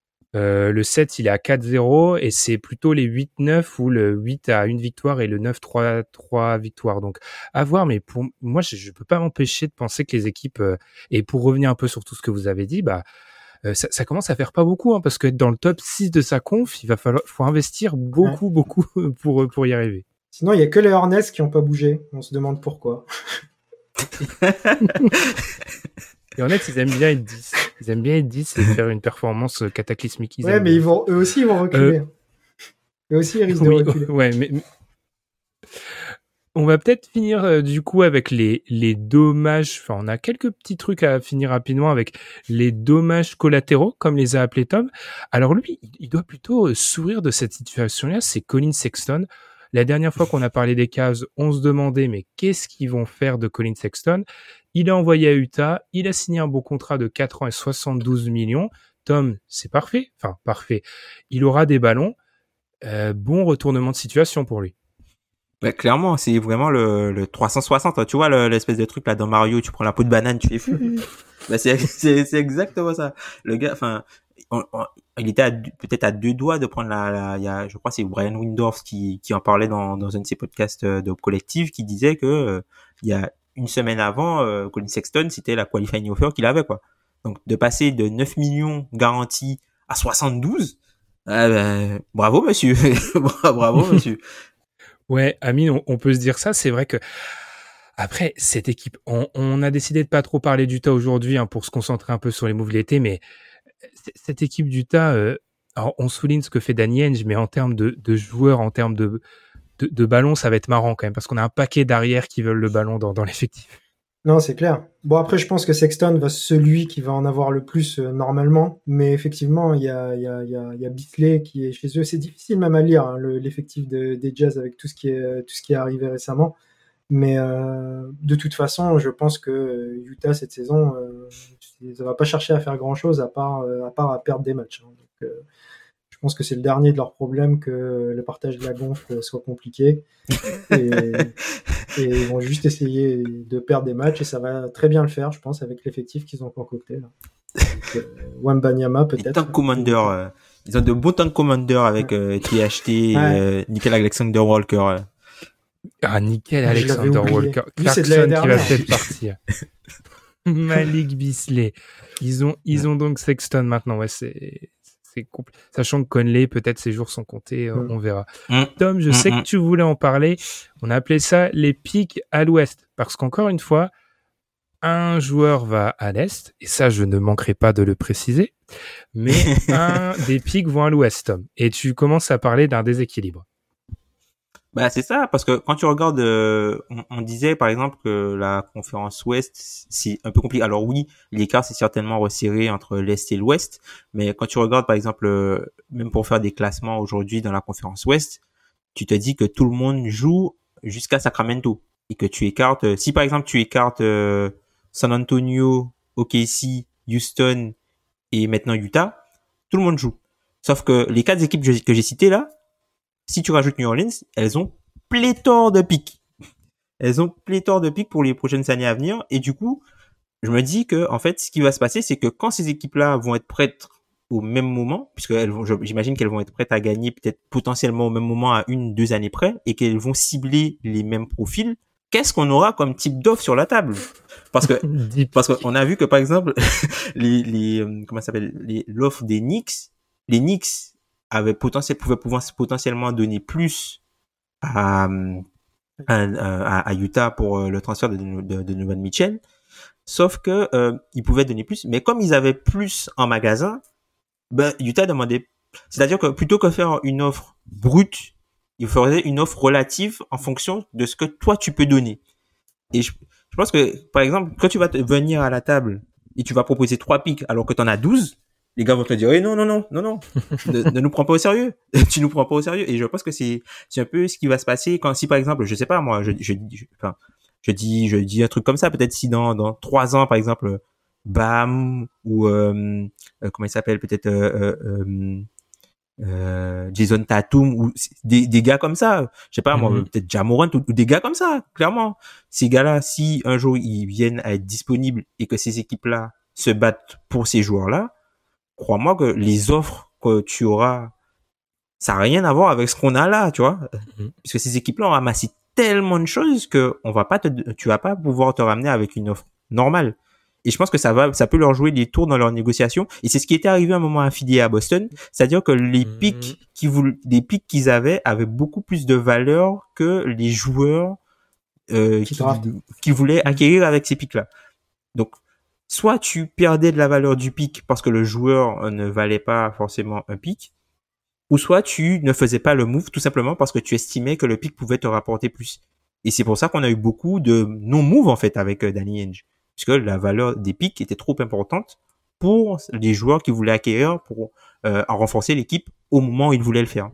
euh, le sept il est à quatre zéro et c'est plutôt les huit neuf ou le huit à une victoire et le neuf trois, trois victoires. Donc à voir, mais pour moi je, je peux pas m'empêcher de penser que les équipes, euh, et pour revenir un peu sur tout ce que vous avez dit, bah euh, ça, ça commence à faire pas beaucoup, hein, parce que être dans le top six de sa conf, il va falloir faut investir beaucoup, ouais. beaucoup pour, pour y arriver. Sinon, il y a que les Hornets qui ont pas bougé. On se demande pourquoi. Les Hornets, ils aiment bien être dix. Ils aiment bien être dix et faire une performance cataclysmique. Ils ouais, mais ils vont, eux aussi, ils vont reculer. Euh... Eux aussi, ils risquent oui, de reculer. Ouais, mais... On va peut-être finir euh, du coup avec les, les dommages. Enfin, on a quelques petits trucs à finir rapidement avec les dommages collatéraux, comme les a appelés Tom. Alors lui, il doit plutôt sourire de cette situation-là. C'est Colin Sexton. La dernière fois qu'on a parlé des Cavs, on se demandait mais qu'est-ce qu'ils vont faire de Colin Sexton? Il a envoyé à Utah. Il a signé un beau contrat de quatre ans et soixante-douze millions. Tom, c'est parfait. Enfin, parfait. Il aura des ballons. Euh, bon retournement de situation pour lui. Bah, clairement, c'est vraiment le, le trois cent soixante. Hein. Tu vois le, l'espèce de truc là dans Mario, tu prends la peau de banane, tu fais fou. Bah c'est, c'est c'est exactement ça. Le gars, enfin, il était à, peut-être à deux doigts de prendre la, la, il y a, je crois que c'est Brian Windorf qui, qui en parlait dans, dans un de ses podcasts de Collective, qui disait que, euh, il y a une semaine avant, euh, Colin Sexton, c'était la qualifying offer qu'il avait, quoi. Donc, de passer de neuf millions garantis à soixante-douze, ah ben, bravo, monsieur. Bravo, monsieur. Ouais, Amine, on, on peut se dire ça. C'est vrai que, après, cette équipe, on, on a décidé de pas trop parler d'Utah aujourd'hui, hein, pour se concentrer un peu sur les moves l'été, mais cette équipe d'Utah, euh, alors on souligne ce que fait Danny Ainge, mais en termes de, de joueurs, en termes de, de, de ballon, ça va être marrant quand même, parce qu'on a un paquet d'arrières qui veulent le ballon dans, dans l'effectif. Non, c'est clair. Bon, après, je pense que Sexton va celui qui va en avoir le plus euh, normalement, mais effectivement, il y a, il y a, il y a, il y a Bisley qui est chez eux. C'est difficile même à lire, hein, le, l'effectif de, des Jazz avec tout ce qui est, tout ce qui est arrivé récemment. Mais euh, de toute façon, je pense que Utah cette saison, euh, ça va pas chercher à faire grand chose à part, euh, à part à perdre des matchs. Hein. Donc, euh, je pense que c'est le dernier de leurs problèmes que le partage de la gonfle soit compliqué. Et, et ils vont juste essayer de perdre des matchs et ça va très bien le faire, je pense, avec l'effectif qu'ils ont concocté. Là. Donc, euh, Wembanyama peut-être. Les tank commanders, euh, ils ont de beaux tank commanders avec euh, T H T, ouais. euh, Nickel Alexander Walker. Euh. Ah, Nickel Alexander Walker. Lui, Clarkson qui va peut-être partir. Malik Bisley. Ils ont, ils ouais. ont donc Sexton maintenant. Ouais, c'est, c'est compl- Sachant que Conley, peut-être ses jours sont comptés, mm. on verra. Mm. Tom, je mm. sais mm. que tu voulais en parler. On a appelé ça les pics à l'ouest. Parce qu'encore une fois, un joueur va à l'est, et ça, je ne manquerai pas de le préciser, mais un des pics vont à l'ouest, Tom. Et tu commences à parler d'un déséquilibre. Bah c'est ça, parce que quand tu regardes, euh, on, on disait par exemple que la conférence Ouest c'est un peu compliqué. Alors oui, l'écart c'est certainement resserré entre l'Est et l'Ouest, mais quand tu regardes par exemple, euh, même pour faire des classements aujourd'hui dans la conférence Ouest, tu te dis que tout le monde joue jusqu'à Sacramento et que tu écartes. Euh, si par exemple tu écartes euh, San Antonio, O K C, Houston et maintenant Utah, tout le monde joue. Sauf que les quatre équipes que j'ai, que j'ai citées là, si tu rajoutes New Orleans, elles ont pléthore de pics. Elles ont pléthore de pics pour les prochaines années à venir. Et du coup, je me dis que, en fait, ce qui va se passer, c'est que quand ces équipes-là vont être prêtes au même moment, puisque elles vont, j'imagine qu'elles vont être prêtes à gagner peut-être potentiellement au même moment à une, deux années près, et qu'elles vont cibler les mêmes profils, qu'est-ce qu'on aura comme type d'offre sur la table? Parce que, parce qu'on a vu que, par exemple, les, les, comment ça s'appelle, les, l'offre des Knicks, les Knicks, avait potentiel, pouvait pouvoir potentiellement donner plus à, à, à, à Utah pour le transfert de, de, de Donovan Mitchell. Sauf que, euh, ils pouvaient donner plus. Mais comme ils avaient plus en magasin, ben, Utah demandait, c'est-à-dire que plutôt que faire une offre brute, il faudrait une offre relative en fonction de ce que toi tu peux donner. Et je, je pense que, par exemple, quand tu vas te venir à la table et tu vas proposer trois pics alors que t'en as douze, les gars vont te dire, hey, non, non, non, non, non, ne, ne nous prends pas au sérieux. Tu nous prends pas au sérieux. Et je pense que c'est, c'est un peu ce qui va se passer quand, si par exemple, je sais pas, moi, je, je, je, enfin, je dis, je dis un truc comme ça, peut-être si dans, dans trois ans, par exemple, Bam, ou, euh, euh, comment il s'appelle, peut-être, euh, euh, euh, Jason Tatum, ou des, des gars comme ça. Je sais pas, mm-hmm. moi, peut-être Ja Morant, ou, ou des gars comme ça, clairement. Ces gars-là, si un jour ils viennent à être disponibles et que ces équipes-là se battent pour ces joueurs-là, crois-moi que les offres que tu auras, ça n'a rien à voir avec ce qu'on a là, tu vois. Mm-hmm. Puisque ces équipes-là ont ramassé tellement de choses que on va pas te, tu vas pas pouvoir te ramener avec une offre normale. Et je pense que ça va, ça peut leur jouer des tours dans leurs négociations. Et c'est ce qui était arrivé à un moment affilié à Boston. C'est-à-dire que les mm-hmm. pics qui voulaient, les pics qu'ils avaient avaient beaucoup plus de valeur que les joueurs, euh, qui, qui voulaient acquérir avec ces pics-là. Donc, soit tu perdais de la valeur du pic parce que le joueur ne valait pas forcément un pic, ou soit tu ne faisais pas le move tout simplement parce que tu estimais que le pic pouvait te rapporter plus. Et c'est pour ça qu'on a eu beaucoup de non-move en fait avec euh, Danny Ainge, puisque la valeur des pics était trop importante pour les joueurs qui voulaient acquérir pour euh, renforcer l'équipe au moment où ils voulaient le faire.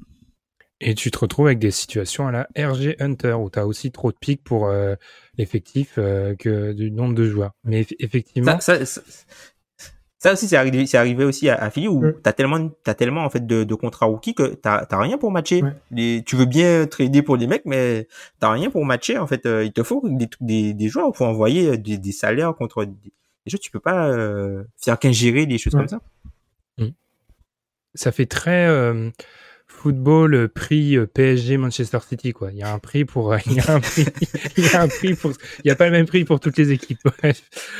Et tu te retrouves avec des situations à la R G Hunter où tu as aussi trop de pics pour euh, l'effectif euh, que du nombre de joueurs. Mais eff- effectivement, ça, ça, ça, ça aussi c'est arrivé, c'est arrivé aussi à, à Philly où mm. t'as tellement, t'as tellement en fait de, de contrats rookies que t'as, t'as rien pour matcher. Ouais. Les, tu veux bien trader pour des mecs, mais t'as rien pour matcher en fait. Euh, il te faut des, des, des joueurs pour envoyer des, des salaires contre des, des choses. Tu peux pas euh, faire qu'ingérer des choses ouais. comme ça. Mm. ça fait très euh, football euh, prix euh, P S G Manchester City, quoi. Il y a un prix pour, il y a un prix, il y a un prix pour, il y a pas le même prix pour toutes les équipes. Bref.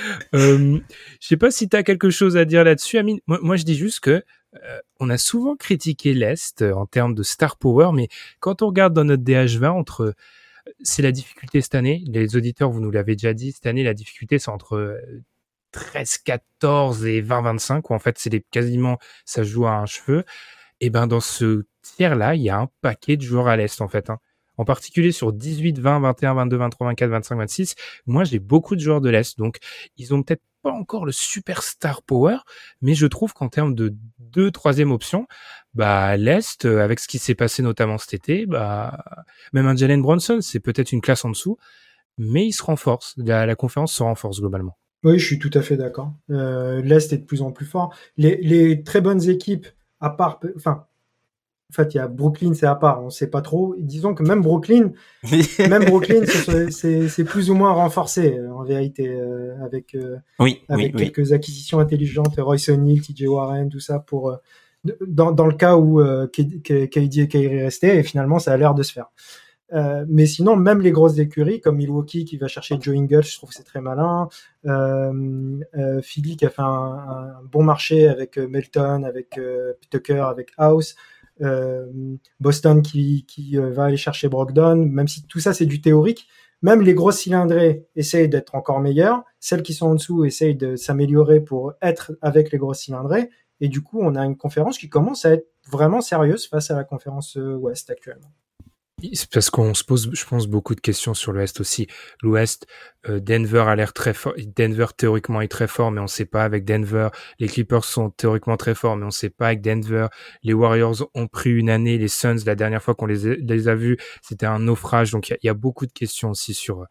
Euh, je sais pas si tu as quelque chose à dire là-dessus, Amine. Moi, moi, je dis juste que euh, on a souvent critiqué l'Est euh, en termes de star power, mais quand on regarde dans notre D H vingt, entre c'est la difficulté cette année. Les auditeurs, vous nous l'avez déjà dit, cette année, la difficulté, c'est entre treize quatorze et vingt vingt-cinq, où en fait, c'est les, quasiment, ça se joue à un cheveu. Et ben, dans ce tiers-là, il y a un paquet de joueurs à l'Est, en fait. Hein. En particulier sur dix-huit, vingt, vingt et un, vingt-deux, vingt-trois, vingt-quatre, vingt-cinq, vingt-six. Moi, j'ai beaucoup de joueurs de l'Est. Donc, ils ont peut-être pas encore le superstar power, mais je trouve qu'en termes de deux, troisième option, bah, l'Est, avec ce qui s'est passé notamment cet été, bah, même un Jalen Brunson, c'est peut-être une classe en dessous, mais il se renforce. La, la conférence se renforce globalement. Oui, je suis tout à fait d'accord. Euh, L'Est est de plus en plus fort. Les, les très bonnes équipes, à part, enfin, en fait, il y a Brooklyn, c'est à part, on sait pas trop. Disons que même Brooklyn, même Brooklyn, c'est, c'est, c'est plus ou moins renforcé en vérité, euh, avec euh, oui, avec oui, quelques oui. acquisitions intelligentes, Royce O'Neal, T J Warren, tout ça pour euh, dans dans le cas où euh, K D et Kyrie restaient, et finalement ça a l'air de se faire. Euh, mais sinon, même les grosses écuries comme Milwaukee qui va chercher Joe Ingles, je trouve que c'est très malin. Euh, euh, Philly qui a fait un, un bon marché avec euh, Melton, avec euh, Tucker, avec House. Euh, Boston qui, qui euh, va aller chercher Brogdon, même si tout ça c'est du théorique. Même les grosses cylindrées essayent d'être encore meilleures. Celles qui sont en dessous essayent de s'améliorer pour être avec les grosses cylindrées. Et du coup, on a une conférence qui commence à être vraiment sérieuse face à la conférence Ouest actuellement. C'est parce qu'on se pose, je pense, beaucoup de questions sur l'Ouest aussi. L'Ouest, euh, Denver a l'air très fort. Denver, théoriquement, est très fort, mais on ne sait pas avec Denver. Les Clippers sont théoriquement très forts, mais on ne sait pas avec Denver. Les Warriors ont pris une année. Les Suns, la dernière fois qu'on les a, les a vus, c'était un naufrage. Donc, il y, y a beaucoup de questions aussi sur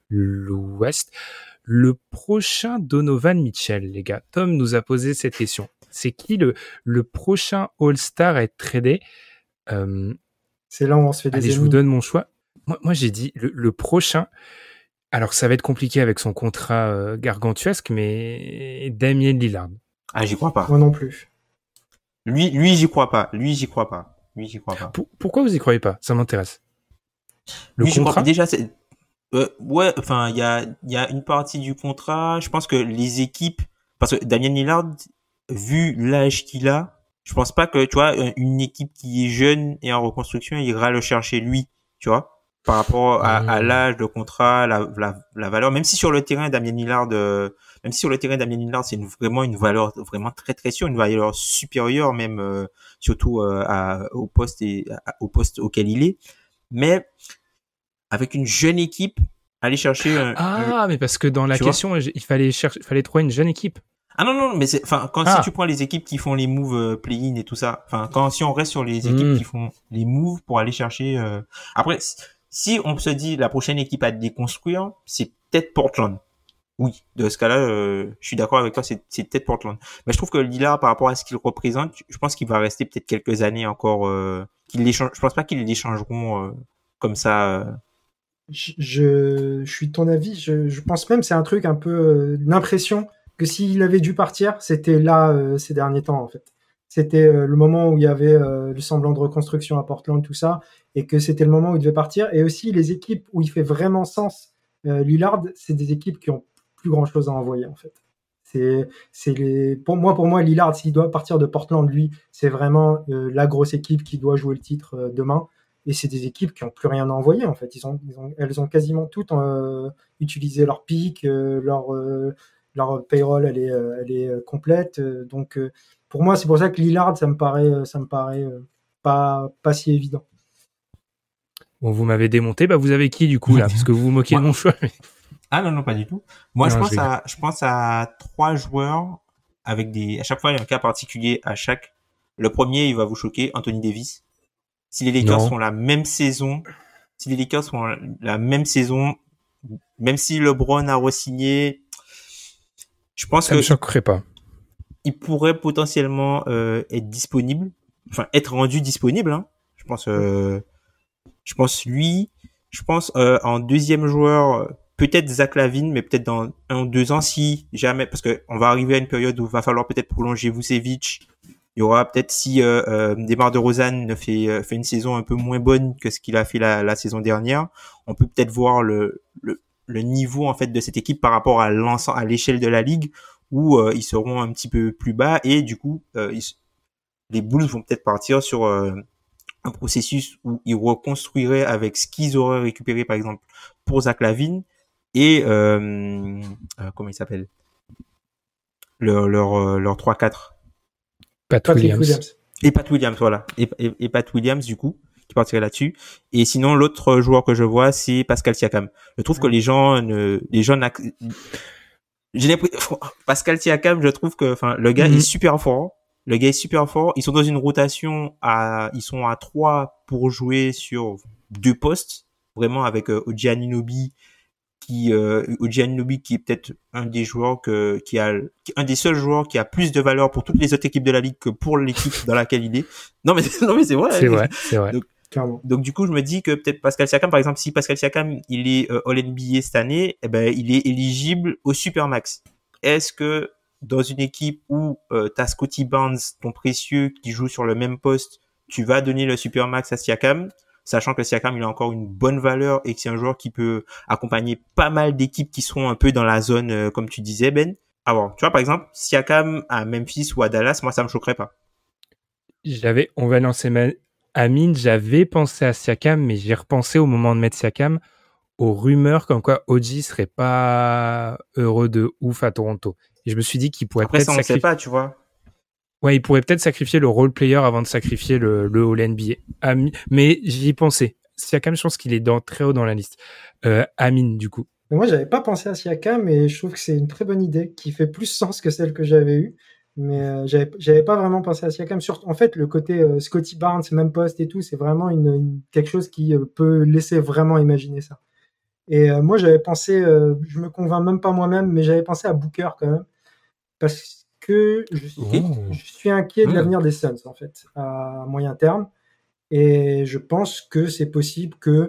l'Ouest. Le prochain Donovan Mitchell, les gars. Tom nous a posé cette question. C'est qui le, le prochain All-Star à être tradé? Euh, C'est là où on se fait des Allez, ennemis. je vous donne mon choix. Moi, moi j'ai dit le, le prochain. Alors, ça va être compliqué avec son contrat euh, gargantuesque, mais Damien Lillard. Ah, j'y crois pas. Moi non plus. Lui, lui, j'y crois pas. Lui, j'y crois pas. Lui, j'y crois pas. Pour, pourquoi vous y croyez pas? Ça m'intéresse. Le lui, contrat. Déjà, c'est euh, ouais. Enfin, il y a, il y a une partie du contrat. Je pense que les équipes, parce que Damien Lillard, vu l'âge qu'il a. Je pense pas que, tu vois, une équipe qui est jeune et en reconstruction ira le chercher lui, tu vois, par rapport à, mmh. à l'âge, le contrat, la, la, la valeur. Même si sur le terrain, Damien Lillard, euh, même si sur le terrain, Damien Lillard, c'est une, vraiment une valeur vraiment très très sûre, une valeur supérieure même, euh, surtout euh, à, au poste et à, au poste auquel il est. Mais avec une jeune équipe, aller chercher. Un, ah, un, mais parce que dans la question, vois? il fallait chercher, il fallait trouver une jeune équipe. Ah non non mais c'est enfin quand ah. si tu prends les équipes qui font les moves euh, play-in et tout ça, enfin quand si on reste sur les équipes mmh. qui font les moves pour aller chercher euh... après si on se dit la prochaine équipe à déconstruire, c'est peut-être Portland. Oui, de ce cas-là, euh, je suis d'accord avec toi, c'est c'est peut-être Portland. Mais je trouve que Lillard par rapport à ce qu'il représente, je pense qu'il va rester peut-être quelques années encore euh, qu'il l'échange je pense pas qu'ils l'échangeront euh, comme ça euh... je, je je suis de ton avis, je je pense même c'est un truc un peu euh, l'impression que s'il avait dû partir, c'était là euh, ces derniers temps en fait. C'était euh, le moment où il y avait euh, le semblant de reconstruction à Portland, tout ça, et que c'était le moment où il devait partir. Et aussi les équipes où il fait vraiment sens. Euh, Lillard, c'est des équipes qui ont plus grand chose à envoyer en fait. C'est c'est les pour moi pour moi Lillard s'il doit partir de Portland, lui, c'est vraiment euh, la grosse équipe qui doit jouer le titre euh, demain. Et c'est des équipes qui ont plus rien à envoyer en fait. Ils ont, ils ont elles ont quasiment toutes euh, utilisé leur pic, euh, leur euh, leur payroll elle est elle est complète, donc pour moi c'est pour ça que Lillard ça me paraît ça me paraît pas pas si évident. Bon, vous m'avez démonté, bah vous avez qui du coup là, parce que vous vous moquez ouais. de mon choix. Ah non non pas du tout. Moi non, je pense je à je pense à trois joueurs avec des à chaque fois il y a un cas particulier à chaque. Le premier il va vous choquer, Anthony Davis. Si les Lakers non. font la même saison, si les Lakers font la même saison, même si LeBron a re-signé, je pense ça que me choquerait pas. Il pourrait potentiellement euh, être disponible, enfin être rendu disponible. Hein. Je pense, euh, je pense lui. Je pense euh, en deuxième joueur, peut-être Zach LaVine, mais peut-être dans un ou deux ans si jamais, parce que on va arriver à une période où il va falloir peut-être prolonger Vucevic Il y aura peut-être si euh, euh, Demar DeRozan fait euh, fait une saison un peu moins bonne que ce qu'il a fait la, la saison dernière, on peut peut-être voir le, le le niveau en fait de cette équipe par rapport à l'ensemble, à l'échelle de la ligue où euh, ils seront un petit peu plus bas et du coup euh, ils, les Bulls vont peut-être partir sur euh, un processus où ils reconstruiraient avec ce qu'ils auraient récupéré par exemple pour Zach LaVine et euh, euh, comment il s'appelle leur leur euh, leur trois quatre Pat Patrick Williams. Williams. et Pat Williams voilà et, et, et Pat Williams du coup qui partirait là-dessus. Et sinon l'autre joueur que je vois c'est Pascal Siakam. Je trouve que les gens ne les gens j'ai l'impression Pascal Siakam, je trouve que enfin le gars Mhm. est super fort. Le gars est super fort. Ils sont dans une rotation à, ils sont à trois pour jouer sur deux postes, vraiment avec euh, O G Anunoby qui, euh, O G Anunoby qui est peut-être un des joueurs que, qui a, qui, un des seuls joueurs qui a plus de valeur pour toutes les autres équipes de la ligue que pour l'équipe dans laquelle il est. Non mais non mais c'est vrai. C'est vrai, c'est vrai. Donc, Clairement. donc du coup, je me dis que peut-être Pascal Siakam, par exemple, si Pascal Siakam il est euh, All N B A cette année, eh ben il est éligible au Supermax. Est-ce que dans une équipe où euh, t'as Scotty Barnes, ton précieux, qui joue sur le même poste, tu vas donner le Supermax à Siakam, sachant que Siakam il a encore une bonne valeur et que c'est un joueur qui peut accompagner pas mal d'équipes qui seront un peu dans la zone, euh, comme tu disais Ben. Alors, tu vois par exemple, Siakam à Memphis ou à Dallas, moi ça me choquerait pas. J'avais, on va lancer ma... Amine, j'avais pensé à Siakam, mais j'ai repensé au moment de mettre Siakam aux rumeurs comme quoi O G serait pas heureux de ouf à Toronto. Et je me suis dit qu'il pourrait Après peut-être ça on sacrifier... sait pas, tu vois. Ouais, il pourrait peut-être sacrifier le role player avant de sacrifier le, le All N B A. Ami... Mais j'y ai pensé. Siakam, je pense qu'il est dans, très haut dans la liste. Euh, Amine, du coup. Mais moi, j'avais pas pensé à Siakam, mais je trouve que c'est une très bonne idée qui fait plus sens que celle que j'avais eue. Mais euh, j'avais, j'avais pas vraiment pensé à Siakam. Surtout, en fait, le côté euh, Scotty Barnes, même poste et tout, c'est vraiment une, une- quelque chose qui euh, peut laisser vraiment imaginer ça. Et euh, moi, j'avais pensé, euh, je me convainc même pas moi-même, mais j'avais pensé à Booker quand même, parce que je, Ok. je suis inquiet de Mmh. l'avenir des Suns en fait à moyen terme, et je pense que c'est possible que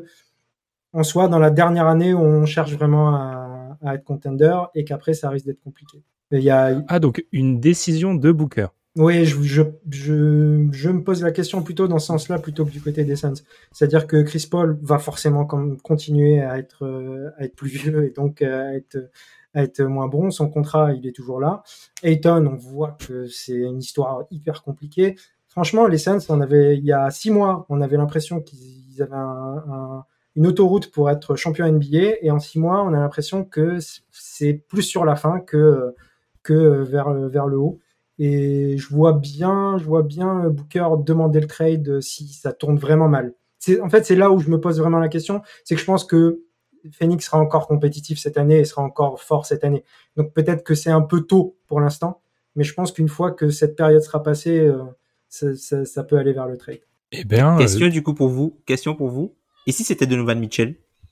on soit dans la dernière année où on cherche vraiment à, à être contender et qu'après ça risque d'être compliqué. Il y a, Ah, donc une décision de Booker. oui, je, je, je, je me pose la question plutôt dans ce sens-là plutôt que du côté des Suns. C'est-à-dire que Chris Paul va forcément comme continuer à être, euh, à être plus vieux et donc euh, à être, à être moins bon. Son contrat, il est toujours là. Ayton, on voit que c'est une histoire hyper compliquée. Franchement, les Suns, on avait, il y a six mois, on avait l'impression qu'ils avaient un, un, une autoroute pour être champion N B A, et en six mois, on a l'impression que c'est plus sur la fin que, que vers, vers le haut. Et je vois bien, je vois bien Booker demander le trade si ça tourne vraiment mal. C'est, en fait, c'est là où je me pose vraiment la question. C'est que je pense que Phoenix sera encore compétitif cette année et sera encore fort cette année. Donc peut-être que c'est un peu tôt pour l'instant, mais je pense qu'une fois que cette période sera passée, euh, ça, ça, ça peut aller vers le trade. Eh bien, Question euh, du coup pour vous. Question pour vous. Et si c'était Donovan Mitchell?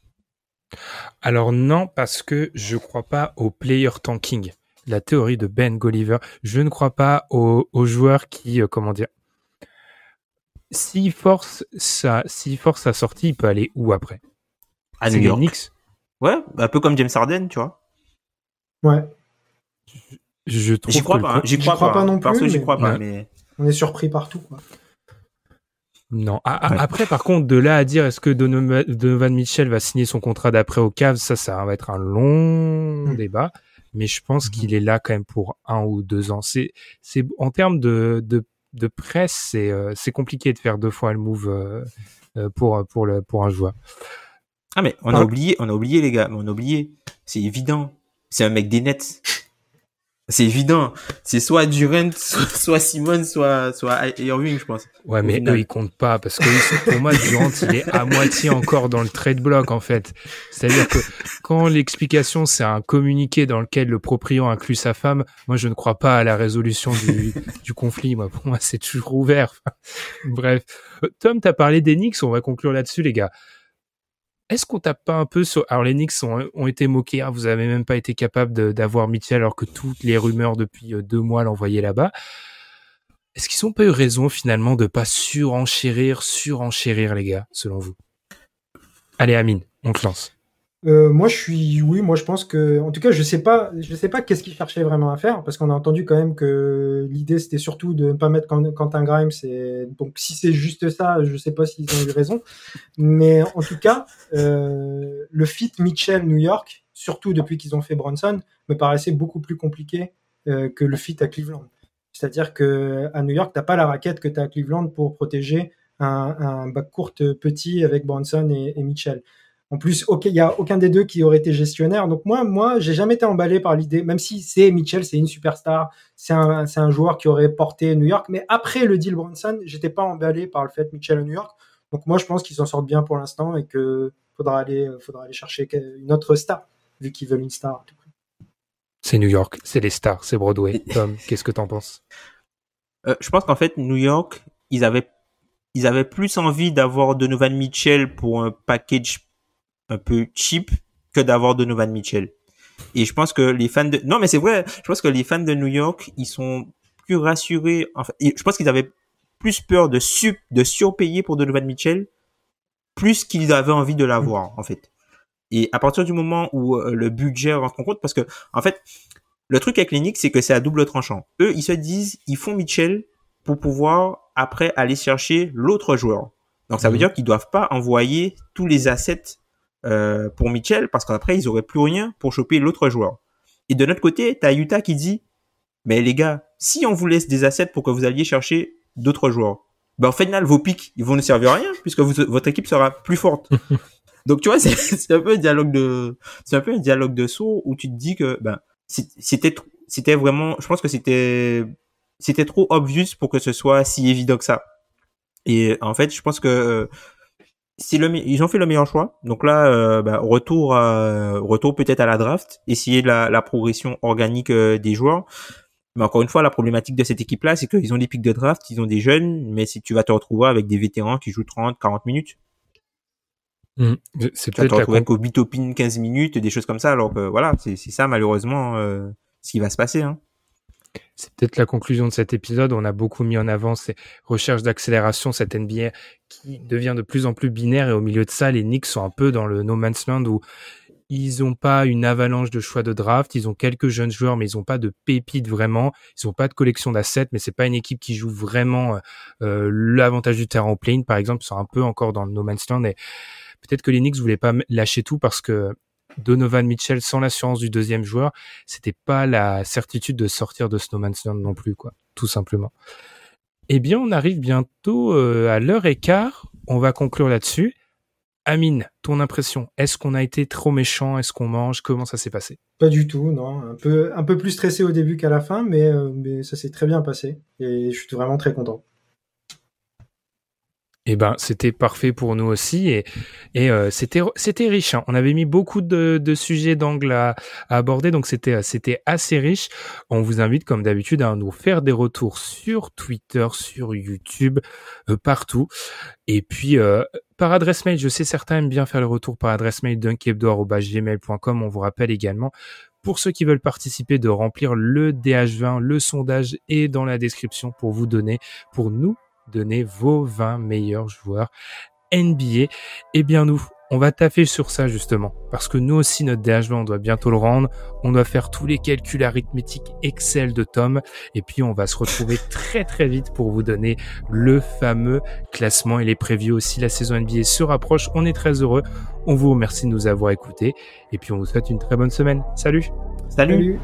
alors non, parce que je crois pas au player tanking. La théorie de Ben Golliver. Je ne crois pas aux, aux joueurs qui, euh, comment dire, s'il force sa, s'il force sa sortie, il peut aller où après? À C'est New les York. Knicks. Ouais, un peu comme James Harden, tu vois. Ouais, Je trouve J'y crois que pas, le hein. J'y crois, J'y crois pas, pas hein. non Perso, plus, j'y mais- crois pas, Ouais. mais on est surpris partout, quoi. Non. Ah, ah, Ouais. Après, par contre, de là à dire est-ce que Donovan, Donovan Mitchell va signer son contrat d'après au Cavs, ça, ça va être un long Mm. débat. Mais je pense Mhm. qu'il est là quand même pour un ou deux ans. C'est, c'est en termes de, de, de presse, c'est, euh, c'est compliqué de faire deux fois le move euh, euh, pour pour le pour un joueur. ah mais on a Ah. oublié, on a oublié les gars, mais on a oublié. C'est évident. C'est un mec des Nets. C'est évident. C'est soit Durant, soit, soit Simmons, soit soit Irving, je pense. Ouais, Au mais final. eux, ils comptent pas parce que ils sont- pour moi, Durant, il est à moitié encore dans le trade block, en fait. C'est-à-dire que quand l'explication, c'est un communiqué dans lequel le proprio inclut sa femme, moi, je ne crois pas à la résolution du, du conflit. Moi, pour moi, c'est toujours ouvert. Bref. Euh, Tom, t'as parlé des Knicks. On va conclure là-dessus, les gars. Est-ce qu'on tape pas un peu sur... Alors, les Knicks ont, ont été moqués. Hein. Vous avez même pas été capable de, d'avoir Mitchell alors que toutes les rumeurs depuis euh, deux mois l'envoyaient là-bas. Est-ce qu'ils ont pas eu raison finalement de pas surenchérir, surenchérir les gars, selon vous? Allez Amine, on te lance. Euh, moi, je suis, oui, moi, je pense que, en tout cas, je sais pas, je sais pas qu'est-ce qu'ils cherchaient vraiment à faire, parce qu'on a entendu quand même que l'idée c'était surtout de ne pas mettre Quentin Grimes. Et donc, si c'est juste ça, je sais pas s'ils ont eu raison. Mais en tout cas, euh, le fit Mitchell-New York, surtout depuis qu'ils ont fait Brunson, me paraissait beaucoup plus compliqué euh, que le fit à Cleveland. C'est-à-dire que à New York, t'as pas la raquette que t'as à Cleveland pour protéger un, un backcourt petit avec Brunson et, et Mitchell. En plus, il n'y a aucun des deux qui aurait été gestionnaire. Donc moi, moi, j'ai jamais été emballé par l'idée, même si c'est Mitchell, c'est une superstar, c'est un, c'est un joueur qui aurait porté New York. Mais après le deal Brunson, j'étais pas emballé par le fait Mitchell à New York. Donc moi, je pense qu'ils s'en sortent bien pour l'instant et que faudra aller, faudra aller chercher une autre star, vu qu'ils veulent une star à tout prix. C'est New York, c'est les stars, c'est Broadway. Tom, qu'est-ce que t'en penses? euh, Je pense qu'en fait, New York, ils avaient, ils avaient plus envie d'avoir Donovan Mitchell pour un package un peu cheap que d'avoir Donovan Mitchell. Et je pense que les fans de, non mais c'est vrai, je pense que les fans de New York, ils sont plus rassurés, enfin, je pense qu'ils avaient plus peur de sup, de surpayer pour Donovan Mitchell, plus qu'ils avaient envie de l'avoir, en fait. Et à partir du moment où euh, le budget rentre en compte, parce que, en fait, le truc avec les Knicks, c'est que c'est à double tranchant. Eux, ils se disent, ils font Mitchell pour pouvoir, après, aller chercher l'autre joueur. Donc, ça veut mmh. dire qu'ils doivent pas envoyer tous les assets Euh, pour Mitchell, parce qu'après ils auraient plus rien pour choper l'autre joueur. Et de notre côté, t'as Utah qui dit, mais les gars, si on vous laisse des assets pour que vous alliez chercher d'autres joueurs, ben au final vos picks ils vont ne servir à rien puisque vous, votre équipe sera plus forte. Donc tu vois, c'est, c'est un peu un dialogue de, c'est un peu un dialogue de sourds où tu te dis que ben c'était c'était vraiment, je pense que c'était c'était trop obvious pour que ce soit si évident que ça. Et en fait, je pense que c'est le, ils ont fait le meilleur choix. Donc là, euh, bah, retour, à, retour peut-être à la draft, essayer la, la progression organique euh, des joueurs. Mais encore une fois, la problématique de cette équipe-là, c'est qu'ils ont des pics de draft, ils ont des jeunes, mais si tu vas te retrouver avec des vétérans qui jouent trente, quarante minutes. Mmh. C'est tu vas te retrouver avec Obi Toppin quinze minutes, des choses comme ça. Alors que voilà, c'est, c'est ça malheureusement euh, ce qui va se passer. Hein. C'est peut-être la conclusion de cet épisode. On a beaucoup mis en avant ces recherches d'accélération, cette N B A qui devient de plus en plus binaire. Et au milieu de ça, les Knicks sont un peu dans le no man's land où ils n'ont pas une avalanche de choix de draft. Ils ont quelques jeunes joueurs, mais ils n'ont pas de pépites vraiment. Ils n'ont pas de collection d'assets, mais c'est pas une équipe qui joue vraiment euh, l'avantage du terrain au play-in, par exemple. Ils sont un peu encore dans le no man's land. Et peut-être que les Knicks voulaient pas lâcher tout parce que Donovan Mitchell, sans l'assurance du deuxième joueur, c'était pas la certitude de sortir de ce no man's land non plus, quoi, tout simplement. Eh bien, on arrive bientôt euh, à l'heure et quart. On va conclure là-dessus. Amine, ton impression, est-ce qu'on a été trop méchant? Est-ce qu'on mange? Comment ça s'est passé? Pas du tout, non. Un peu, un peu plus stressé au début qu'à la fin, mais, euh, mais ça s'est très bien passé et je suis vraiment très content. Eh ben, c'était parfait pour nous aussi et, et euh, c'était c'était riche. Hein. On avait mis beaucoup de, de sujets d'angle à, à aborder, donc c'était c'était assez riche. On vous invite, comme d'habitude, à nous faire des retours sur Twitter, sur YouTube, euh, partout. Et puis euh, par adresse mail, je sais certains aiment bien faire le retour par adresse mail dunkebdo arobase gmail point com. On vous rappelle également, pour ceux qui veulent participer, de remplir le D H vingt, le sondage est dans la description pour vous donner, pour nous donner vos vingt meilleurs joueurs N B A. Eh bien nous, on va taffer sur ça justement, parce que nous aussi notre D H vingt, on doit bientôt le rendre, on doit faire tous les calculs arithmétiques Excel de Tom, et puis on va se retrouver très très vite pour vous donner le fameux classement. Il est prévu aussi, la saison N B A se rapproche, on est très heureux, on vous remercie de nous avoir écoutés, et puis on vous souhaite une très bonne semaine. Salut. Salut, Salut.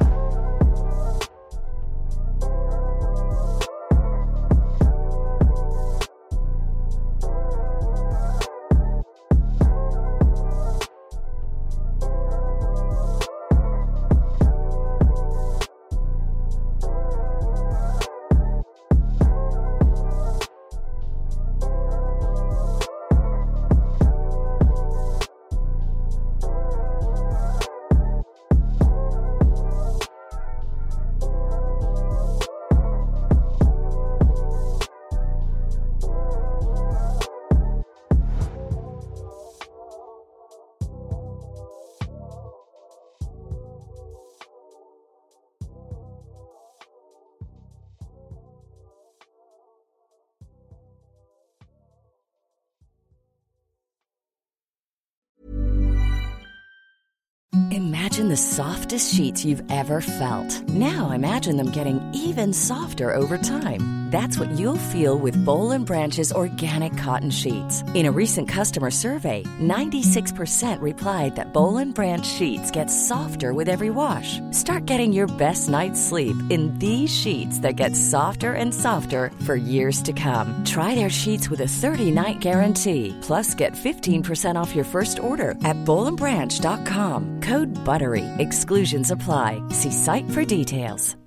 Imagine the softest sheets you've ever felt. Now imagine them getting even softer over time. That's what you'll feel with Boll and Branch's organic cotton sheets. In a recent customer survey, ninety-six percent replied that Boll and Branch sheets get softer with every wash. Start getting your best night's sleep in these sheets that get softer and softer for years to come. Try their sheets with a thirty-night guarantee. Plus, get fifteen percent off your first order at boll and branch dot com. Code BUTTERY. Exclusions apply. See site for details.